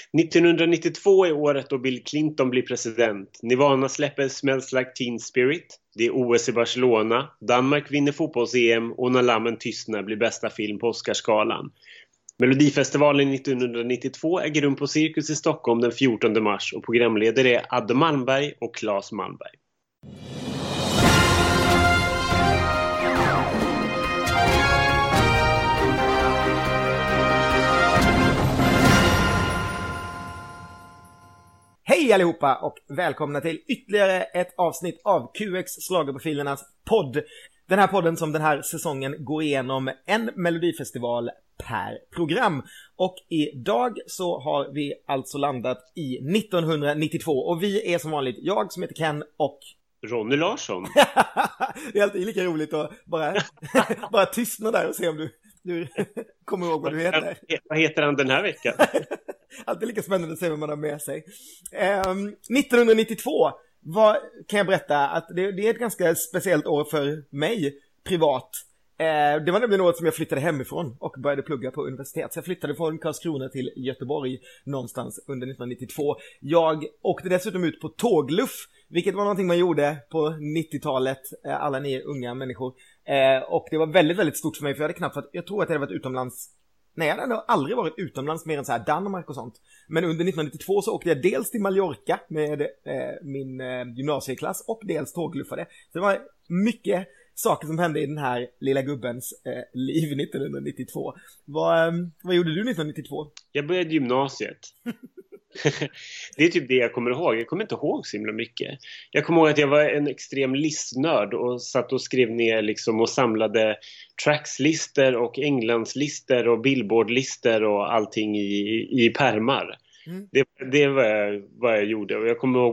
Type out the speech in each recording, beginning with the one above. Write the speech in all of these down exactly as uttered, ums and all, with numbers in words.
nittonhundranittiotvå är året då Bill Clinton blir president. Nirvana släpper Smells Like Teen Spirit. Det är O S i Barcelona. Danmark vinner fotbolls-E M och När lammen tystnar blir bästa film på Oscarsgalan. Melodifestivalen nittonhundranittiotvå äger rum på Cirkus i Stockholm den fjortonde mars och programledare är Adde Malmberg och Claes Malmberg. Hej allihopa och välkomna till ytterligare ett avsnitt av Q X Schlagerprofilernas podd. Den här podden som den här säsongen går igenom en melodifestival per program. Och idag så har vi alltså landat i nittonhundranittiotvå och vi är som vanligt jag som heter Ken och Ronny Larsson. Det är alltid lika roligt att bara, bara tystna där och se om du, du kommer ihåg vad du heter. Vad heter han den här veckan? Alltid lika spännande att se vad man har med sig. Um, nittonhundranittiotvå vad, kan jag berätta att det, det är ett ganska speciellt år för mig privat. Uh, det var nämligen året som jag flyttade hemifrån och började plugga på universitet. Så jag flyttade från Karlskrona till Göteborg någonstans under nittonhundranittiotvå. Jag åkte dessutom ut på tågluff, vilket var någonting man gjorde på nittiotalet, alla ni unga människor. Uh, och det var väldigt, väldigt stort för mig, för jag hade knappt varit, jag tror att jag hade varit utomlands. Nej, jag hade aldrig varit utomlands mer än så här Danmark och sånt. Men under nittonhundranittiotvå så åkte jag dels till Mallorca med eh, min eh, gymnasieklass och dels tågluffade. Så det var mycket saker som hände i den här lilla gubbens eh, liv nittonhundranittiotvå. Vad, eh, vad gjorde du nittonhundranittiotvå? Jag började gymnasiet. Det är typ det jag kommer ihåg. Jag kommer inte ihåg så himla mycket. Jag kommer ihåg att jag var en extrem listnörd och satt och skrev ner liksom och samlade trackslister och Englandslister och Billboardlister och allting i, i pärmar. Mm. Det, det var jag, vad jag gjorde. Och jag kommer ihåg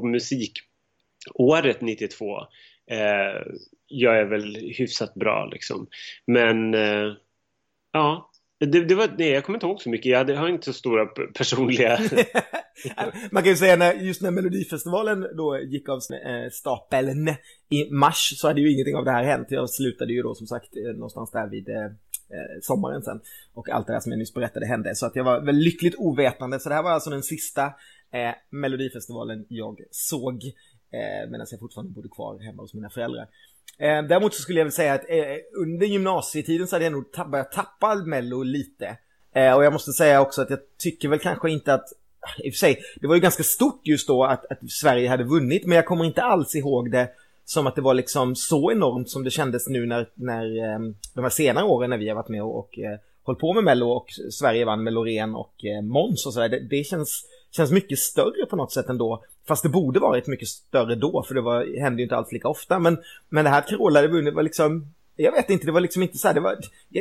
musikåret nittiotvå. Eh, jag är väl hyfsat bra liksom. Men eh, ja. Det, det var, nej, jag kommer inte ihåg så mycket. Jag hade, har inte så stora personliga... Man kan ju säga när, just när Melodifestivalen då gick av eh, stapeln i mars så hade ju ingenting av det här hänt. Jag slutade ju då som sagt eh, någonstans där vid eh, sommaren sen. Och allt det där som jag nyss berättade hände. Så att jag var väl lyckligt ovetande. Så det här var alltså den sista eh, Melodifestivalen jag såg. Eh, medan jag fortfarande bodde kvar hemma hos mina föräldrar. Eh, däremot så skulle jag väl säga att eh, under gymnasietiden så hade jag nog ta- börjat tappa Mello lite. Eh, och jag måste säga också att jag tycker väl kanske inte att, i och för sig, det var ju ganska stort just då att, att Sverige hade vunnit. Men jag kommer inte alls ihåg det som att det var liksom så enormt som det kändes nu när, när eh, de här senare åren när vi har varit med och, och eh, hållit på med Mello och Sverige vann med Loreen och eh, Måns och sådär. Det, det känns, känns mycket större på något sätt ändå. Fast det borde varit mycket större då, för det var, hände ju inte alls lika ofta. Men, men det här Carola det vunnit var liksom, jag vet inte, det var liksom inte så här, det var jag,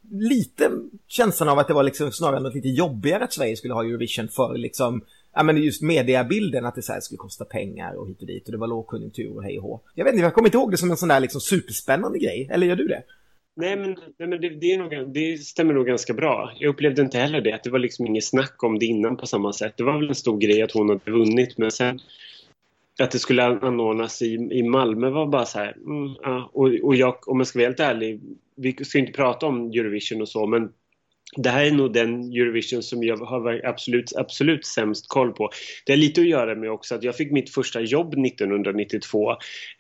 lite känslan av att det var liksom snarare något lite jobbigare att Sverige skulle ha Eurovision för liksom, ja men just mediabilden att det så här skulle kosta pengar och hit och dit och det var lågkonjunktur och hej och hå. Jag vet inte, jag kommer inte ihåg det som en sån där liksom superspännande grej, eller gör du det? Nej men, nej, men det, det, är nog, det stämmer nog ganska bra. Jag upplevde inte heller det. Att det var liksom ingen snack om det innan på samma sätt. Det var väl en stor grej att hon hade vunnit. Men sen att det skulle anordnas i, i Malmö var bara så här. Mm, ja. och, och jag, om jag ska vara helt ärlig. Vi ska inte prata om Eurovision och så. Men det här är nog den Eurovision som jag har absolut, absolut sämst koll på. Det har lite att göra med också att jag fick mitt första jobb nittonhundranittiotvå.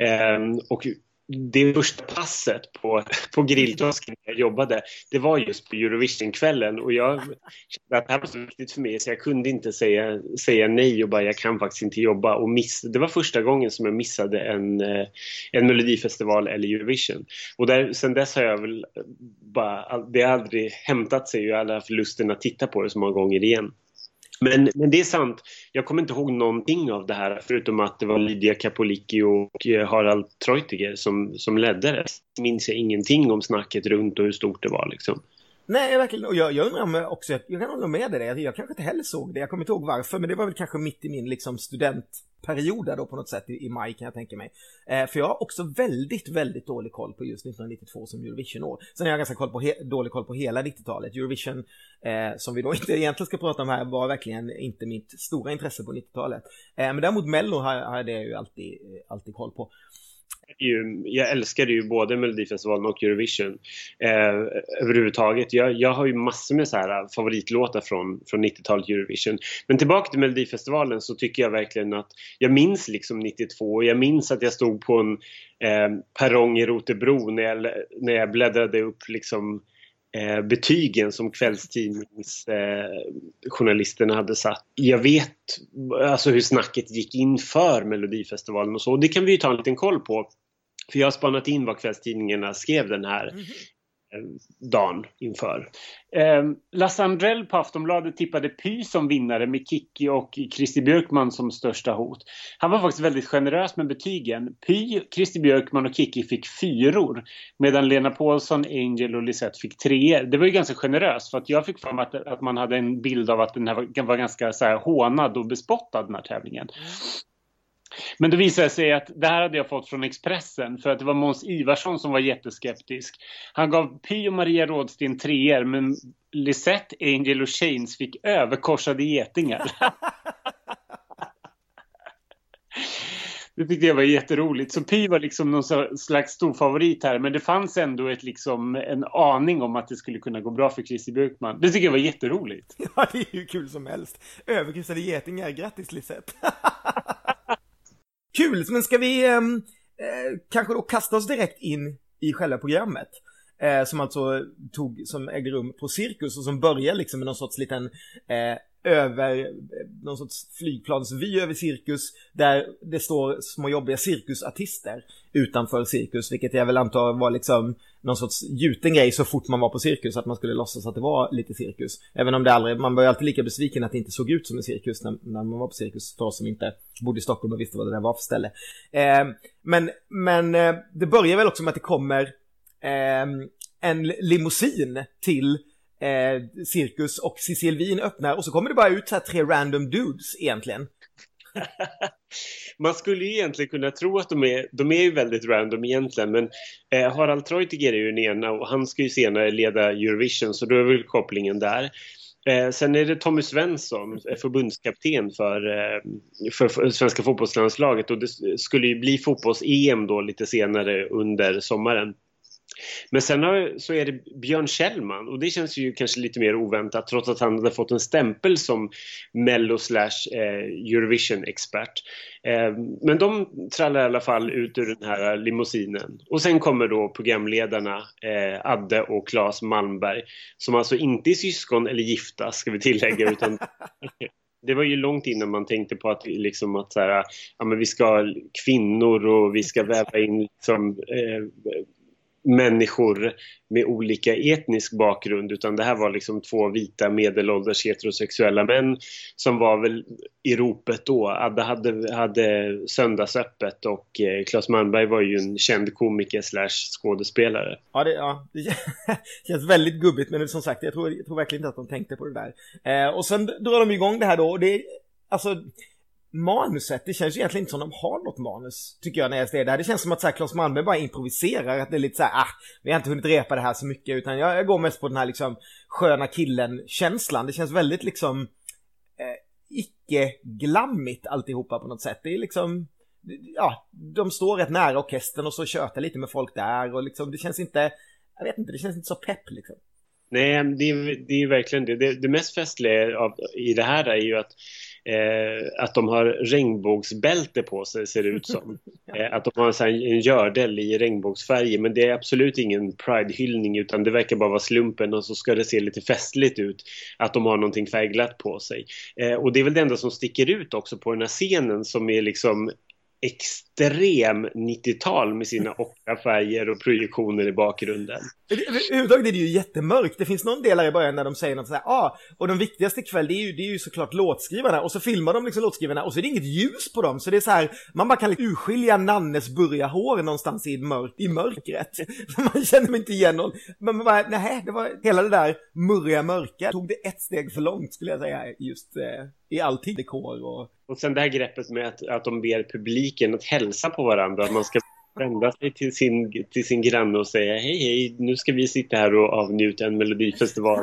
Eh, och det första passet på, på grillkiosken jag jobbade, det var just på Eurovision-kvällen och jag kände att det här var så viktigt för mig så jag kunde inte säga, säga nej och bara jag kan faktiskt inte jobba och miss. Det var första gången som jag missade en, en Melodifestival eller Eurovision och där, sen dess har jag väl bara, det har aldrig hämtat sig och jag har aldrig haft lusten att titta på det så många gånger igen. Men, men det är sant, jag kommer inte ihåg någonting av det här förutom att det var Lydia Capolicki och Harald Treutiger som, som ledde det. Minns jag ingenting om snacket runt och hur stort det var liksom. Nej, verkligen. Och jag, jag undrar om också, jag, jag kan hålla med dig där. Jag kanske inte heller såg det. Jag kommer inte ihåg varför, men det var väl kanske mitt i min liksom, studentperiod där då på något sätt i, i maj kan jag tänka mig. Eh, för jag har också väldigt, väldigt dålig koll på just nittonhundranittiotvå som Eurovision-år. Sen har jag ganska koll på he- dålig koll på hela nittiotalet. Eurovision, eh, som vi då inte egentligen ska prata om här, var verkligen inte mitt stora intresse på nittiotalet. Eh, men däremot Mello har, har det ju alltid, alltid koll på. Jag älskade ju både Melodifestivalen och Eurovision eh, överhuvudtaget. Jag, jag har ju massor med så här favoritlåtar från, från nittiotalet Eurovision. Men tillbaka till Melodifestivalen så tycker jag verkligen att jag minns liksom nittiotvå. Och jag minns att jag stod på en eh, perrong i Rotebro när jag, när jag bläddrade upp liksom Eh, betygen som kvällstidningsjournalisterna eh, hade satt. Jag vet alltså hur snacket gick inför Melodifestivalen och så. Det kan vi ju ta en liten koll på. För jag har spannat in vad kvällstidningarna skrev den här mm. eh, dagen inför. Eh, Lasse Andrell på Aftonbladet tippade Py som vinnare med Kikki och Christer Björkman som största hot. Han var faktiskt väldigt generös med betygen. Py, Christer Björkman och Kikki fick fyror medan Lena Paulsson, Angel och Lisette fick treor. Det var ju ganska generöst för att jag fick fram att, att man hade en bild av att den här var, var ganska så här hånad och bespottad den här tävlingen. Mm. Men då visade det sig att det här hade jag fått från Expressen för att det var Måns Ivarsson som var jätteskeptisk. Han gav Py och Maria Rådsten treor men Lisette, Angel och Shanes fick överkorsade getingar. Det tyckte jag var jätteroligt. Så Py var liksom någon slags stor favorit här. Men det fanns ändå ett, liksom, en aning om att det skulle kunna gå bra för Christer Björkman. Det tycker jag var jätteroligt. Ja, det är ju kul som helst. Överkorsade getingar, grattis Lisette. Kul, men ska vi eh, kanske då kasta oss direkt in i själva programmet eh, som alltså tog, som ägde rum på Cirkus och som börjar liksom med någon sorts liten eh, över, någon sorts flygplansvy över Cirkus där det står små jobbiga cirkusartister utanför Cirkus, vilket jag väl antar var liksom någon sorts gjuten grej så fort man var på Cirkus att man skulle låtsas att det var lite cirkus. Även om det aldrig, man var ju alltid lika besviken att det inte såg ut som en cirkus när, när man var på Cirkus för oss som inte bodde i Stockholm och visste vad det där var för ställe. Eh, men men eh, det börjar väl också med att det kommer eh, en limousin till Eh, Cirkus och Cecil Wien öppnar och så kommer det bara ut så här tre random dudes egentligen. Man skulle ju egentligen kunna tro att de är, de är ju väldigt random egentligen men eh, Harald Treutiger är ju den ena och han ska ju senare leda Eurovision så då är väl kopplingen där. Eh, sen är det Tommy Svensson, förbundskapten för, eh, för, för svenska fotbollslandslaget och det skulle ju bli fotbolls-E M då lite senare under sommaren. Men sen har, så är det Björn Kjellman och det känns ju kanske lite mer oväntat trots att han hade fått en stämpel som Mello slash eh, Eurovision-expert. Eh, men de trallar i alla fall ut ur den här limousinen. Och sen kommer då programledarna eh, Adde och Claes Malmberg som alltså inte är syskon eller gifta ska vi tillägga utan... Det var ju långt innan man tänkte på att, liksom att så här, ja, men vi ska ha kvinnor och vi ska väva in liksom, eh, människor med olika etnisk bakgrund utan det här var liksom två vita medelålders heterosexuella män som var väl i ropet då. Adde hade, hade söndagsöppet och eh, Claes Malmberg var ju en känd komiker slash skådespelare. Ja, det, ja, det känns väldigt gubbigt men som sagt jag tror, jag tror verkligen inte att de tänkte på det där. Eh, och sen drar de igång det här då och det är alltså manuset, det känns ju egentligen inte som de har något manus tycker jag när jag ser det här. Det känns som att så här, Claes Malmberg bara improviserar att det är lite så här, ah, vi har inte hunnit repa det här så mycket utan jag, jag går mest på den här liksom sköna killen-känslan. Det känns väldigt liksom eh, icke-glammigt alltihopa på något sätt. Det är liksom, ja, de står rätt nära orkestern och så tjötar lite med folk där och liksom, det känns inte, jag vet inte, det känns inte så pepp liksom. Nej, det är, det är verkligen det. Det, det mest festliga av, i det här är ju att Eh, att de har regnbågsbälte på sig ser det ut som. Eh, att de har så här, en gördel i regnbågsfärger men det är absolut ingen Pride-hyllning utan det verkar bara vara slumpen och så ska det se lite festligt ut att de har någonting färgglatt på sig. Eh, och det är väl det enda som sticker ut också på den här scenen som är liksom extrem nittiotal med sina åtta färger och projektioner i bakgrunden. Överhuvudtaget är det ju jättemörkt. Det finns någon del här i början när de säger något sådär, ah, och de viktigaste ikväll det är ju, det är ju såklart låtskrivarna och så filmar de liksom låtskrivarna och så är det inget ljus på dem så det är så här, man bara kan liksom urskilja Nannes burgarhår någonstans i, mörk, i mörkret. Man känner mig inte igen någon. Men man bara, nej, det var hela det där murriga mörka. Tog det ett steg för långt skulle jag säga just eh, i alltid dekor och Och sen det här greppet med att, att de ber publiken att hälsa på varandra. Att man ska vända sig till sin, till sin granne och säga hej hej, nu ska vi sitta här och avnjuta en melodifestival.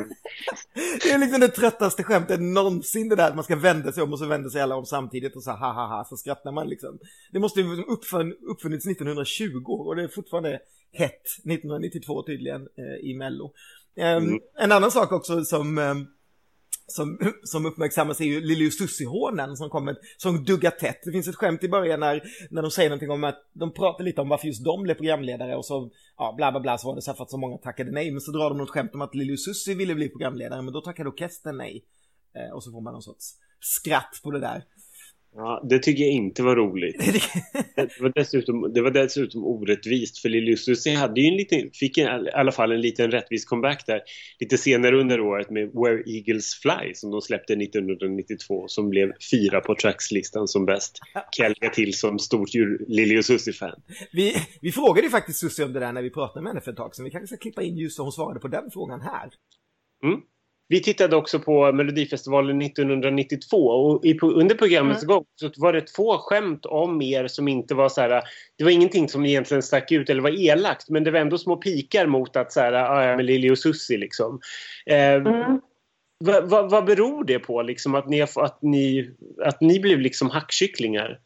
Det är liksom det tröttaste skämtet någonsin, det där att man ska vända sig om och så vänder sig alla om samtidigt och så ha ha ha, så skrattar man liksom. Det måste ju uppfunn, uppfunnits nittonhundratjugo och det är fortfarande hett nittonhundranittiotvå tydligen eh, i Mello. Um, mm. En annan sak också som... Um, Som, som uppmärksammas är ju Lili och Susie-hånen som kommer, som duggar tätt. Det finns ett skämt i början när, när de säger någonting om att de pratar lite om varför just de blev programledare och så, ja, bla bla bla, så var det så här för att så många tackade nej. Men så drar de något skämt om att Lili och Susie ville bli programledare, men då tackade orkestern nej. Eh, och så får man någon sorts skratt på det där. Ja, det tycker jag inte var roligt. Det var dessutom, det var dessutom orättvist, för Lili och Susie hade ju en liten, fick en, i alla fall en liten rättvis comeback där lite senare under året med Where Eagles Fly som de släppte nittonhundranittiotvå, som blev fyra på trackslistan som bäst. Kälka till som stort Lili och Susie-fan. Vi, vi frågade ju faktiskt Susie om det där när vi pratade med henne för ett tag, så vi kanske ska klippa in just så hon svarade på den frågan här. Mm. Vi tittade också på Melodifestivalen nittonhundranittiotvå och i, under programmets mm. gång så var det två skämt om er som inte var så här, det var ingenting som egentligen stack ut eller var elakt, men det var ändå små pikar mot att så här, ja, med Lili och Susie liksom. Eh, mm. vad, vad, vad beror det på liksom att ni, att ni, att ni blev liksom hackkycklingar?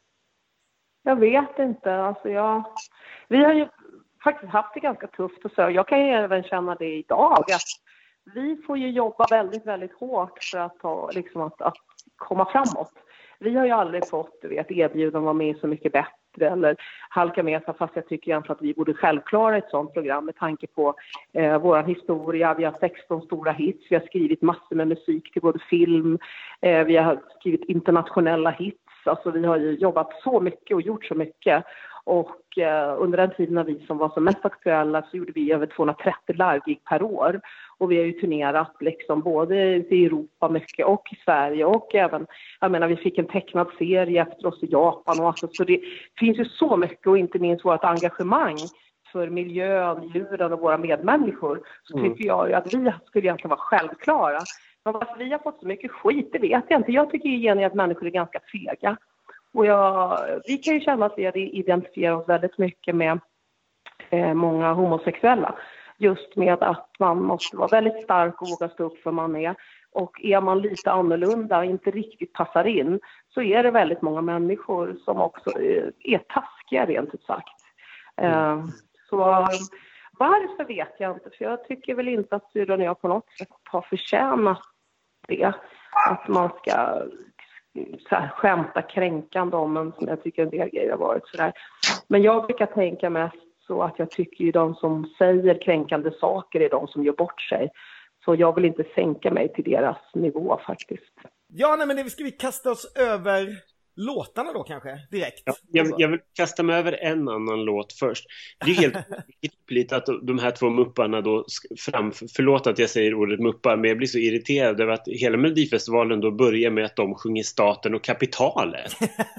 Jag vet inte, alltså jag, vi har ju faktiskt haft det ganska tufft och så, jag kan ju även känna det idag att vi får ju jobba väldigt, väldigt hårt för att, ta, liksom att, att komma framåt. Vi har ju aldrig fått, du vet, erbjudanden vara med Så mycket bättre eller halka med, fast jag tycker egentligen att vi borde självklara ett sådant program med tanke på eh, vår historia. Vi har sexton stora hits, vi har skrivit massor med musik till både film, eh, vi har skrivit internationella hits. Alltså vi har ju jobbat så mycket och gjort så mycket. Och eh, under den tiden när vi som var som mest aktuella så gjorde vi över tvåhundratrettio live-gig per år. Och vi har ju turnerat liksom både i Europa mycket och i Sverige. Och även, jag menar, vi fick en tecknad serie efter oss i Japan. Och alltså, så det finns ju så mycket, och inte minst vårt engagemang för miljön, djuren och våra medmänniskor. Så mm. tycker jag ju att vi skulle egentligen vara självklara. Men varför vi har fått så mycket skit, det vet jag inte. Jag tycker ju att människor är ganska fega. Och jag, vi kan ju känna att vi identifierar oss väldigt mycket med eh, många homosexuella. Just med att man måste vara väldigt stark och våga stå upp för man är. Och är man lite annorlunda och inte riktigt passar in, så är det väldigt många människor som också är, är taskiga rent ut sagt. Eh, så varför vet jag inte, för jag tycker väl inte att syrran och jag på något sätt har förtjänat det. Att man ska så här, skämta kränkande om en, som jag tycker en del grejer har varit sådär. Men jag brukar tänka mest så att jag tycker ju de som säger kränkande saker är de som gör bort sig. Så jag vill inte sänka mig till deras nivå faktiskt. Ja, nej, men det ska vi kasta oss över låtarna då kanske, direkt. Ja, jag, jag vill kasta mig över en annan låt först. Det är helt lite att de här två mupparna då fram, förlåt att jag säger ordet muppar, men jag blir så irriterad över att hela Melodifestivalen då börjar med att de sjunger Staten och kapitalet.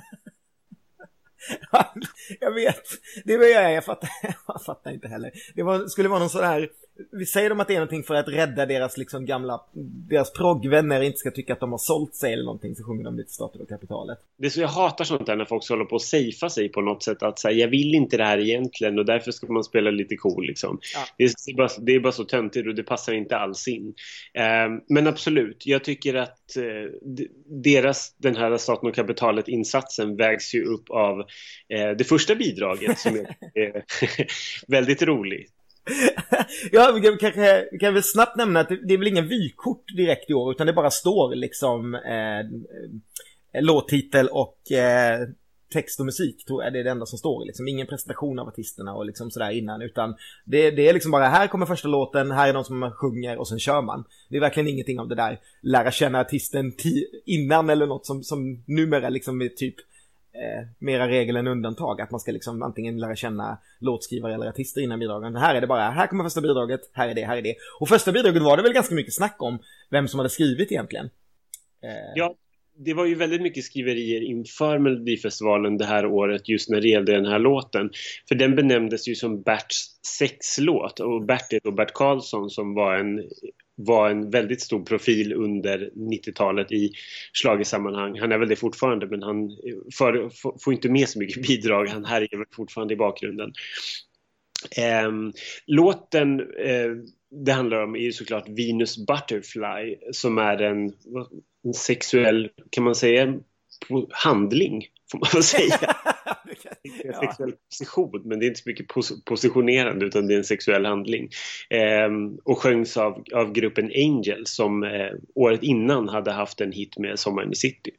Jag vet, det var jag, jag fattar, jag fattar inte heller. Det var, skulle vara någon sån här, vi säger dem att det är någonting för att rädda deras liksom gamla, deras proggvänner inte ska tycka att de har sålt sig eller någonting, så sjunger de lite Staten och kapitalet. Det är så jag hatar sånt där när folk håller på att safea sig på något sätt, att säga jag vill inte det här egentligen och därför ska man spela lite cool liksom. Ja. Det, är, det, är bara, det är bara så töntigt och det passar inte alls in. Eh, men absolut, jag tycker att eh, deras, den här Staten och kapitalet insatsen vägs ju upp av eh, det första bidraget som är eh, väldigt roligt. Ja, vi kan, kanske, vi kan väl snabbt nämna att det, det är väl ingen vykort direkt i år, utan det bara står liksom eh, låttitel och eh, text och musik, tror jag. Det är det enda som står liksom. Ingen presentation av artisterna och liksom sådär innan, utan det, det är liksom bara, här kommer första låten, här är de som sjunger och sen kör man. Det är verkligen ingenting av det där lära känna artisten t- innan eller något som, som numera liksom är typ Eh, mera regel än undantag, att man ska liksom antingen lära känna låtskrivare eller artister innan bidragen. Här är det bara, här kommer första bidraget, här är det, här är det. Och första bidraget var det väl ganska mycket snack om vem som hade skrivit egentligen. Eh. Ja, det var ju väldigt mycket skriverier inför Melodifestivalen det här året just när det gällde den här låten. För den benämndes ju som Berts sexlåt, och Bert är då Bert Karlsson som var en var en väldigt stor profil under nittiotalet i schlagersammanhang. Han är väl det fortfarande, men han för, för, får inte med så mycket bidrag. Han här är väl fortfarande i bakgrunden. Eh, låten eh, det handlar om är ju såklart Venus Butterfly, som är en, en sexuell, kan man säga, handling, får man säga. Det är en sexuell position, men det är inte så mycket pos- positionerande, utan det är en sexuell handling. Eh, och sjöngs av, av gruppen Angel, som eh, året innan hade haft en hit med Sommaren i City.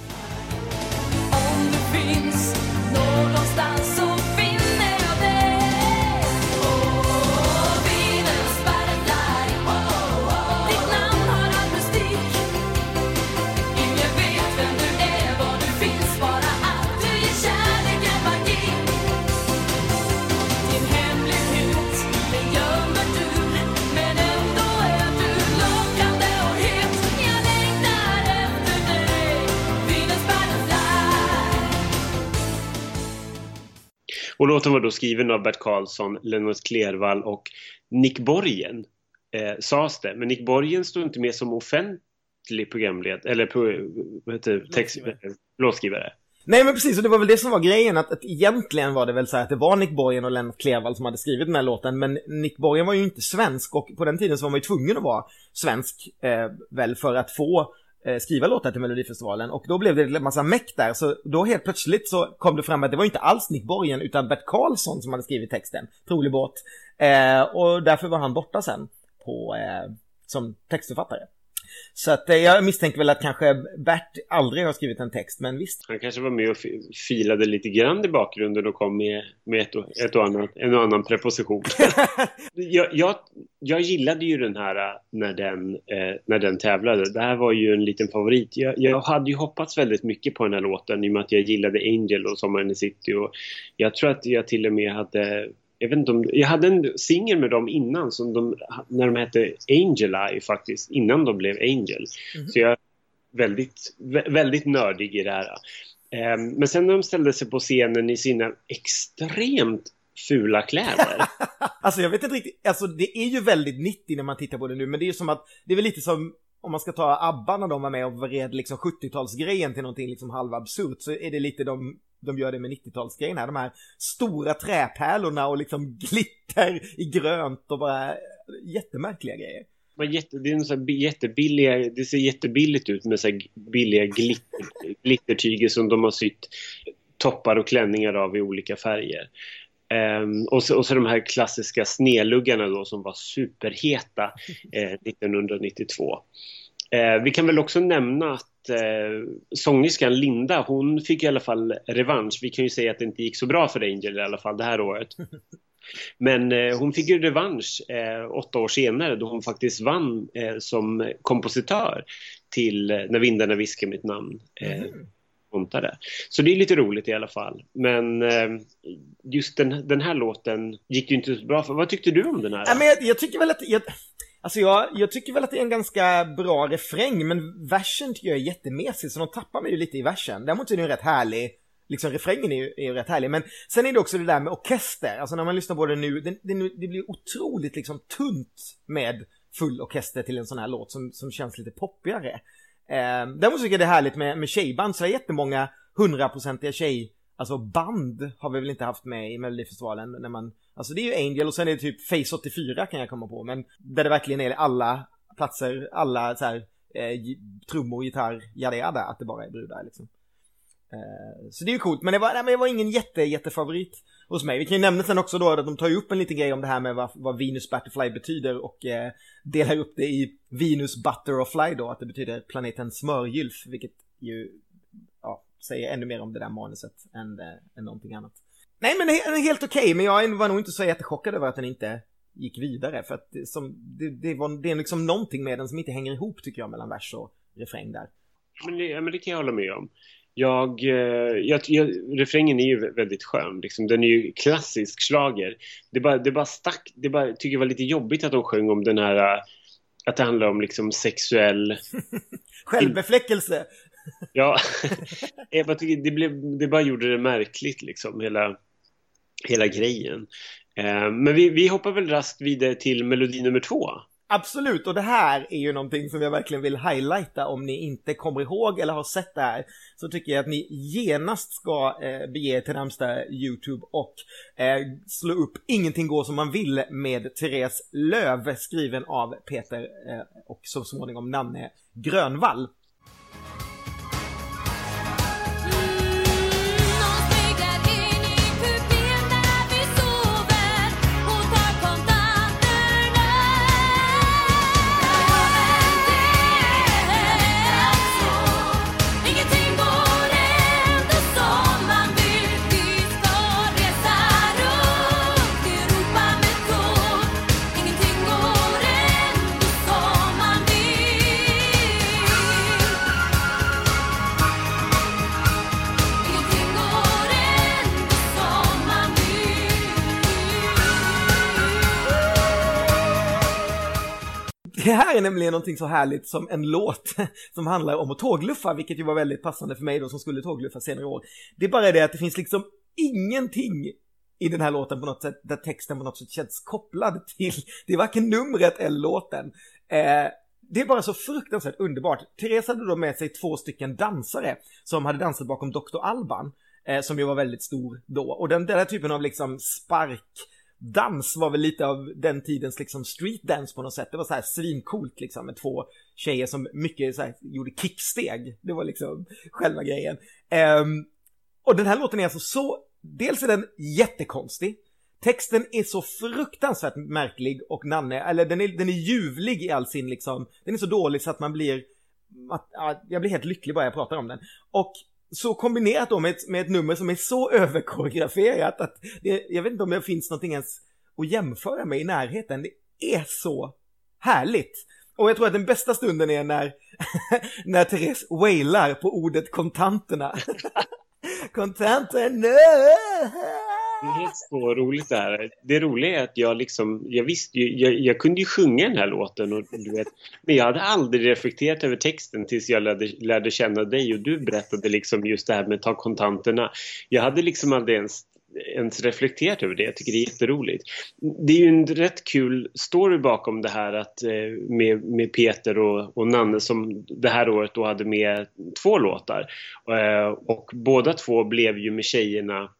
Om det finns någonstans så finner jag dig. Oh, Venus Butterfly. Oh, oh, oh. Ditt namn har all mystik. Ingen vet vem du är, var du finns, bara att du ger kärleken magi. Din hemlighet, den gömmer du, men ändå är du lockande och het. Jag längtar efter dig, Venus Butterfly. Och låten var då skriven av Bert Karlsson, Lennart Klervall och Nick Borgen, eh, sades det. Men Nick Borgen stod inte med som offentlig programledare, eller på, vad heter det, text, låtskrivare. Nej, men precis, och det var väl det som var grejen, att, att egentligen var det väl så här att det var Nick Borgen och Lennart Klervall som hade skrivit den här låten, men Nick Borgen var ju inte svensk, och på den tiden så var man ju tvungen att vara svensk eh, väl för att få eh, skriva låtar till Melodifestivalen, och då blev det en massa meck där, så då helt plötsligt så kom det fram att det var inte alls Nick Borgen utan Bert Karlsson som hade skrivit texten, trolig båt, eh, och därför var han borta sen på, eh, som textförfattare. Så att eh, jag misstänker väl att kanske Bert aldrig har skrivit en text, men visst. Han kanske var med och f- filade lite grann i bakgrunden och kom med, med ett, och, ett och annat, en och annan preposition. jag, jag, jag gillade ju den här äh, när den, eh, när den tävlade. Det här var ju en liten favorit. Jag, jag hade ju hoppats väldigt mycket på den här låten i och med att jag gillade Angel och Sommaren i City. Och jag tror att jag till och med hade... Jag vet inte om, jag hade en singel med dem innan som de, när de hette Angel Eye faktiskt, innan de blev Angel. Mm-hmm. Så jag är väldigt, väldigt nördig i det här. Um, men sen när de ställde sig på scenen i sina extremt fula kläder. Alltså jag vet inte riktigt, alltså det är ju väldigt nittio när man tittar på det nu, men det är ju som att, det är väl lite som om man ska ta ABBA när de var med och vred liksom sjuttiotalsgrejen till någonting liksom halvabsurt, så är det lite de, de gör det med nittiotalsgrejen här, de här stora träpärlorna och liksom glitter i grönt och bara jättemärkliga grejer. Jätte, det, är en så här jättebilliga, det ser jättebilligt ut med så här billiga glitter, glittertyger som de har sytt toppar och klänningar av i olika färger. Um, och, så, och så de här klassiska sneluggarna då som var superheta eh, nittonhundranittiotvå. Eh, vi kan väl också nämna att eh, sångerskan Linda, hon fick i alla fall revansch. Vi kan ju säga att det inte gick så bra för Angel i alla fall det här året. Men eh, hon fick ju revansch eh, åtta år senare då hon faktiskt vann eh, som kompositör till eh, När vindarna viskar mitt namn. Eh, mm. Där. Så det är lite roligt i alla fall. Men eh, just den, den här låten gick ju inte så bra för. Vad tyckte du om den här? Ja, men jag, jag tycker väl att jag, alltså jag, jag tycker väl att det är en ganska bra refräng, men versen tycker jag är jättemesig, så de tappar mig ju lite i versen. Däremot är det ju rätt härlig. Liksom refrängen är ju, är ju rätt härlig. Men sen är det också det där med orkester. Alltså när man lyssnar på det nu, det, det, det blir otroligt liksom tunt med full orkester till en sån här låt som, som känns lite poppigare. Eh, däremot tycker jag det är härligt med, med tjejband, så det är jättemånga hundraprocentiga tjej, alltså band har vi väl inte haft med i Melodifestivalen när man, alltså det är ju Angel och sen är det typ Face åttiofyra kan jag komma på, men där det verkligen är alla platser, alla så här eh, trummor, gitarr, jada jada, att det bara är brudar liksom. Eh, så det är ju coolt, men det var, nej, men det var ingen jätte, jättefavorit hos mig. Vi kan ju nämna sen också då att de tar ju upp en liten grej om det här med vad, vad Venus Butterfly betyder och eh, delar upp det i Venus Butterfly då, att det betyder planeten smörgylf, vilket ju ja, säger ännu mer om det där manuset än, äh, än någonting annat. Nej, men det är helt okej, okay, men jag var nog inte så jättechockad över att den inte gick vidare, för att det, som, det, det, var, det är liksom någonting med den som inte hänger ihop tycker jag mellan vers och refräng där. Men det, ja, men det kan jag hålla med om. Jag, jag, jag, refrängen är ju väldigt skön liksom. Den är ju klassisk schlager. Det bara, det bara stack, det bara tycker jag var lite jobbigt att de sjöng om den här, att det handlar om liksom sexuell självbefläckelse. Ja, jag tycker det, blev, det bara gjorde det märkligt liksom, hela, hela grejen. eh, Men vi, vi hoppar väl rast vidare till melodi nummer två. Absolut, och det här är ju någonting som jag verkligen vill highlighta. Om ni inte kommer ihåg eller har sett det här, så tycker jag att ni genast ska eh, bege er till närmsta YouTube och eh, slå upp Ingenting går som man vill med Therese Löv, skriven av Peter eh, och så småningom Nanne Grönvall. Det här är nämligen någonting så härligt som en låt som handlar om att tågluffa, vilket ju var väldigt passande för mig då som skulle tågluffa senare år. Det är bara det att det finns liksom ingenting i den här låten på något sätt där texten på något sätt känns kopplad till. Det är varken numret eller låten. Eh, det är bara så fruktansvärt underbart. Therese hade då med sig två stycken dansare som hade dansat bakom doktor Alban, eh, som ju var väldigt stor då. Och den, den där typen av liksom spark dans var väl lite av den tidens liksom street dance på något sätt. Det var så här svincoolt liksom med två tjejer som mycket så här gjorde kicksteg. Det var liksom själva grejen. Um, och den här låten är alltså så, dels är den jättekonstig. Texten är så fruktansvärt märklig och Nanne, eller den är, den är ljuvlig i all sin liksom, den är så dålig så att man blir, att, ja, jag blir helt lycklig bara jag pratar om den. Och så kombinerat då med ett, med ett nummer som är så överkoreograferat att det, jag vet inte om det finns någonting ens att jämföra med i närheten. Det är så härligt. Och jag tror att den bästa stunden är när, när Therese wailar på ordet kontanterna. Kontanterna! Det är helt så roligt det här. Det roliga är att jag liksom, jag visste ju, jag, jag kunde ju sjunga den här låten och du vet, men jag hade aldrig reflekterat över texten tills jag lärde, lärde känna dig och du berättade liksom just det här med att ta kontanterna. Jag hade liksom aldrig ens, ens reflekterat över det. Jag tycker det är jätteroligt. Det är ju en rätt kul story bakom det här att med, med Peter och, och Nanne som det här året då hade med två låtar. Och båda två blev ju med tjejerna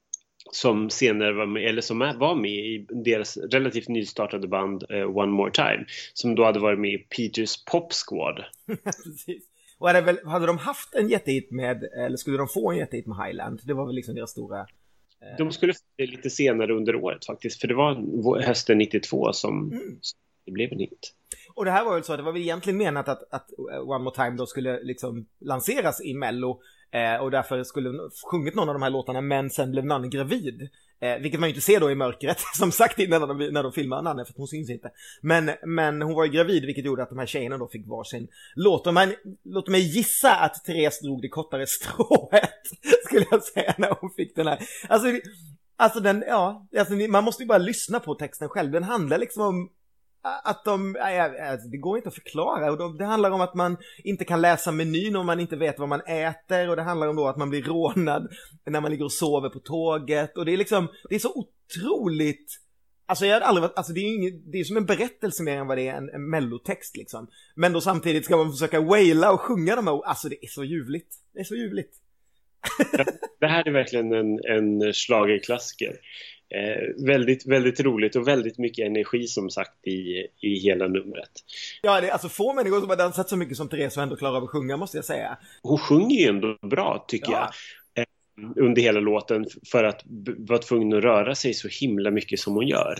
som senare var med, eller som var med i deras relativt nystartade band uh, One More Time, som då hade varit med i Peters Pop Squad. Precis. Och hade, väl, hade de haft en jättehit med, eller skulle de få en jättehit med Highland? Det var väl liksom deras stora... Eh... De skulle få det lite senare under året faktiskt, för det var hösten nittiotvå som mm. det blev en hit. Och det här var väl så att det var väl egentligen menat att, att One More Time då skulle liksom lanseras i Mello. Eh, och därför skulle hon sjungit någon av de här låtarna, men sen blev Nanne gravid. Eh, vilket man ju inte ser då i mörkret, som sagt innan när de, när de filmar Nanne, för att hon syns inte. Men, men hon var ju gravid, vilket gjorde att de här tjejerna då fick varsin låt. Och man, låt mig gissa att Therese drog det kortare strået, skulle jag säga, när hon fick den här. Alltså, alltså, den, ja, alltså man måste ju bara lyssna på texten själv. Den handlar liksom om att de, alltså, det går inte att förklara, och de, det handlar om att man inte kan läsa menyn om man inte vet vad man äter, och det handlar om då att man blir rånad när man ligger och sover på tåget, och det är liksom, det är så otroligt, alltså jag har aldrig varit, alltså det är ju inget, det är som en berättelse mer än vad det är en, en mellotext liksom, men då samtidigt ska man försöka waila och sjunga de här, alltså det är så ljuvligt, det är så ljuvligt. Ja, det här är verkligen en, en schlagerklassiker. Eh, väldigt, väldigt roligt och väldigt mycket energi som sagt i, i hela numret. Ja, det är alltså få människor som har dansat så mycket som Therese och ändå klarar av att sjunga, måste jag säga. Hon sjunger ju ändå bra, tycker ja. jag, eh, under hela låten, för att b- vara tvungen att röra sig så himla mycket som hon gör.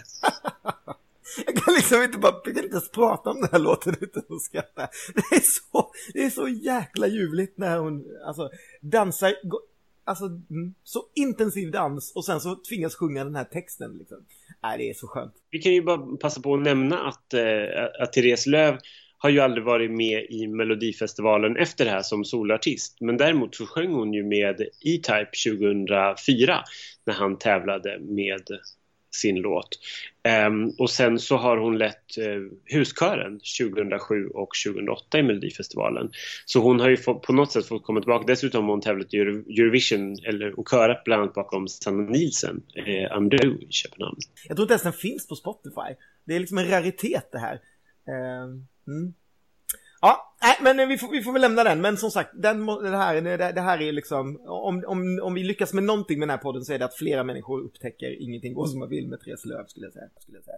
Jag kan liksom inte bara jag kan inte ens prata om den här låten utan att skratta. Det är så, det är så jäkla ljuvligt när hon alltså dansar, alltså så intensiv dans, och sen så tvingas sjunga den här texten liksom. Nej, det är så skönt. Vi kan ju bara passa på att nämna att, eh, att Therese Löv har ju aldrig varit med i Melodifestivalen efter det här som solartist. Men däremot så sjöng hon ju med E-Type tjugohundrafyra när han tävlade med sin låt. Um, och sen så har hon lett uh, huskören tjugohundrasju och tjugohundraåtta i Melodifestivalen. Så hon har ju få, på något sätt fått komma tillbaka. Dessutom har hon tävlat i Eurovision eller, och körat bland annat bakom Sanna Nielsen, eh, I'm Do i Köpenhamn. Jag tror inte ens den finns på Spotify. Det är liksom en raritet det här. Eh, mm. Ja, nej, men vi får, vi får väl lämna den. Men som sagt, den, det, här, det, det här är liksom, om, om, om vi lyckas med någonting med den här podden så är det att flera människor upptäcker ingenting går som man vill med Therese Lööf, skulle jag säga. Skulle jag säga.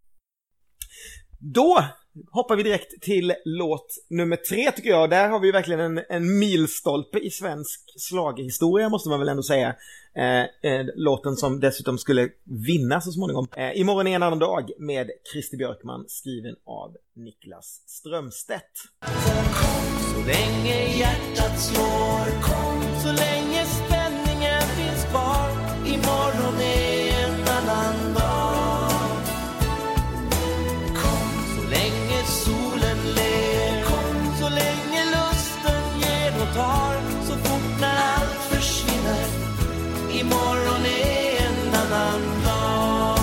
Då hoppar vi direkt till låt nummer tre, tycker jag. Där har vi verkligen en, en milstolpe i svensk slaghistoria, måste man väl ändå säga. Eh, eh, låten som dessutom skulle vinna så småningom. Eh, Imorgon är en annan dag med Christer Björkman, skriven av Niklas Strömstedt. Kom så länge hjärtat slår, kom så länge spänningen finns kvar. Imorgon är en annan dag. Kom så länge solen ler, kom så länge lusten ger och tar. Så fort när allt försvinner, imorgon är en annan dag.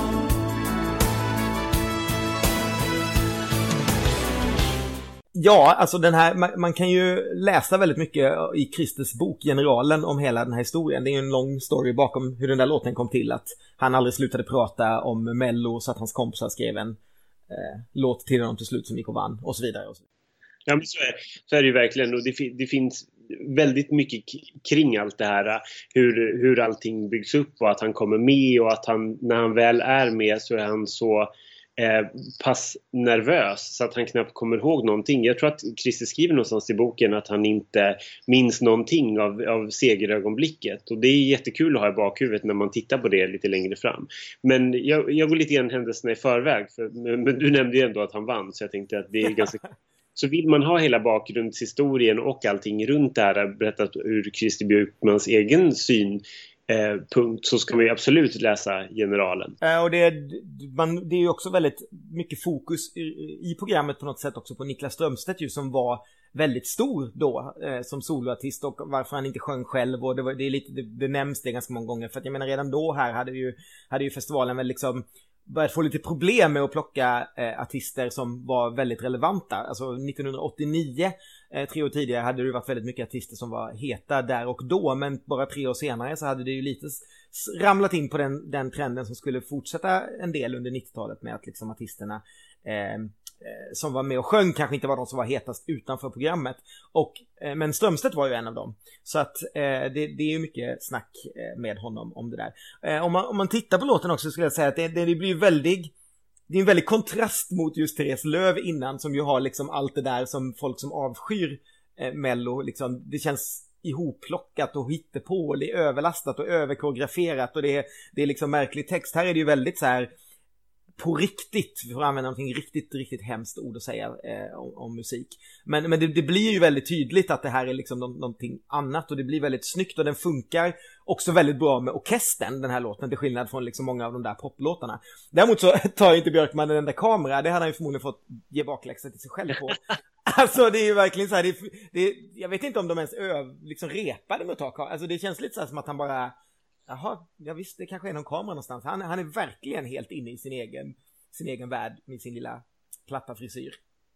Ja, alltså den här, man, man kan ju läsa väldigt mycket i Christers bok Generalen om hela den här historien. Det är ju en lång story bakom hur den där låten kom till, att han aldrig slutade prata om Mello så att hans kompisar skrev en eh, låt till honom till slut som gick och vann och så vidare. Och så. Ja, men så är, så är det ju verkligen, och det, det finns väldigt mycket kring allt det här, hur, hur allting byggs upp och att han kommer med, och att han, när han väl är med så är han så Eh, pass nervös så att han knappt kommer ihåg någonting. Jag tror att Christer skriver någonstans i boken att han inte minns någonting av, av segerögonblicket, och det är jättekul att ha i bakhuvudet när man tittar på det lite längre fram. Men jag, jag går lite grann händelserna i förväg, för, men, men du nämnde ju ändå att han vann, så jag tänkte att det är ganska så vill man ha hela bakgrundshistorien och allting runt det här berättat ur Christer Björkmans egen syn Eh, punkt, så ska man ju absolut läsa Generalen. Eh, och det, man, det är ju också väldigt mycket fokus i, i programmet på något sätt också på Niklas Strömstedt ju, som var väldigt stor då eh, som soloartist, och varför han inte sjöng själv, och det, var, det, är lite, det, det nämns det ganska många gånger, för att jag menar redan då här hade ju, hade ju festivalen väl liksom börjat få lite problem med att plocka eh, artister som var väldigt relevanta. Alltså nittonhundraåttionio, eh, tre år tidigare, hade det varit väldigt mycket artister som var heta där och då, men bara tre år senare så hade det ju lite ramlat in på den, den trenden som skulle fortsätta en del under nittiotalet, med att liksom artisterna eh, som var med och sjöng kanske inte var de som var hetast utanför programmet, och, eh, men Strömstedt var ju en av dem, så att eh, det, det är ju mycket snack eh, med honom om det där. Eh, om, man, om man tittar på låten också, skulle jag säga att det, det, det blir väldigt, det är en väldigt kontrast mot just Therese Lööf innan, som ju har liksom allt det där som folk som avskyr eh, Mello, liksom, det känns ihopplockat och hittepå, och det är överlastat och överkoreograferat, och det är, det är liksom märklig text. Här är det ju väldigt så här på riktigt, för att använda någonting riktigt, riktigt hemskt ord att säga eh, om, om musik. Men, men det, det blir ju väldigt tydligt att det här är liksom no- någonting annat, och det blir väldigt snyggt, och den funkar också väldigt bra med orkestern, den här låten, till skillnad från liksom många av de där poplåtarna. Däremot så tar inte Björkman den där kamera, det hade han ju förmodligen fått ge bakläxa till sig själv på. Alltså det är ju verkligen så här, det, det, jag vet inte om de ens öv, liksom repade med att ta kamera. Alltså det känns lite så här som att han bara, jaha, jag visste, det kanske är någon kamera någonstans. Han, han är verkligen helt inne i sin egen, sin egen värld med sin lilla platta frisyr.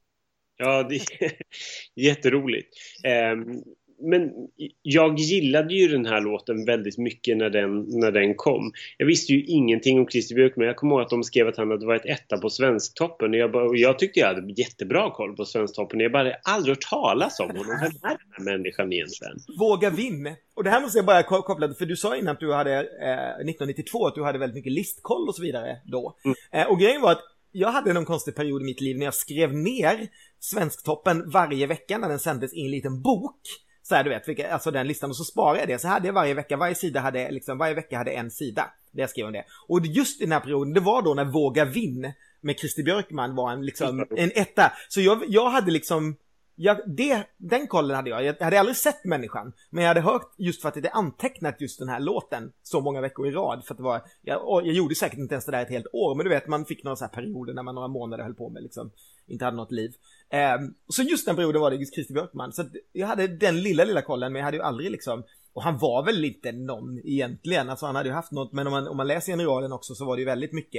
Ja, det är jätteroligt. Um, men jag gillade ju den här låten väldigt mycket när den, när den kom. Jag visste ju ingenting om Christer Björkman. Jag kommer ihåg att de skrev att han hade varit etta på Svensktoppen. Och jag, bara, och jag tyckte jag hade jättebra koll på Svensktoppen. Jag bara aldrig hört talas om honom. Vem är den här människan egentligen? Våga vinna. Och det här måste jag bara koppla, för du sa innan att du hade eh, nittonhundranittiotvå att du hade väldigt mycket listkoll och så vidare då. Mm. Eh, och grejen var att jag hade någon konstig period i mitt liv när jag skrev ner Svensktoppen varje vecka när den sändes i en liten bok. Så här, du vet, vilka, alltså den listan, och så sparade jag det. Så hade jag varje vecka, varje sida hade liksom, varje vecka hade en sida där jag skrev om det. Och just i den här perioden, det var då när Våga vinn med Christer Björkman var en, liksom, en etta. Så jag, jag hade liksom, jag, det, den kollen hade jag. Jag hade aldrig sett människan, men jag hade hört just för att det är antecknat just den här låten så många veckor i rad. För att det var, jag, jag gjorde säkert inte ens det där ett helt år, men du vet, man fick några så här perioder när man några månader höll på med liksom, inte hade något liv. Um, så just den perioden var det just Christer Björkman. Så jag hade den lilla, lilla kollen, men jag hade ju aldrig liksom, och han var väl inte någon egentligen. Alltså han hade ju haft något, men om man, om man läser Generalen också så var det ju väldigt mycket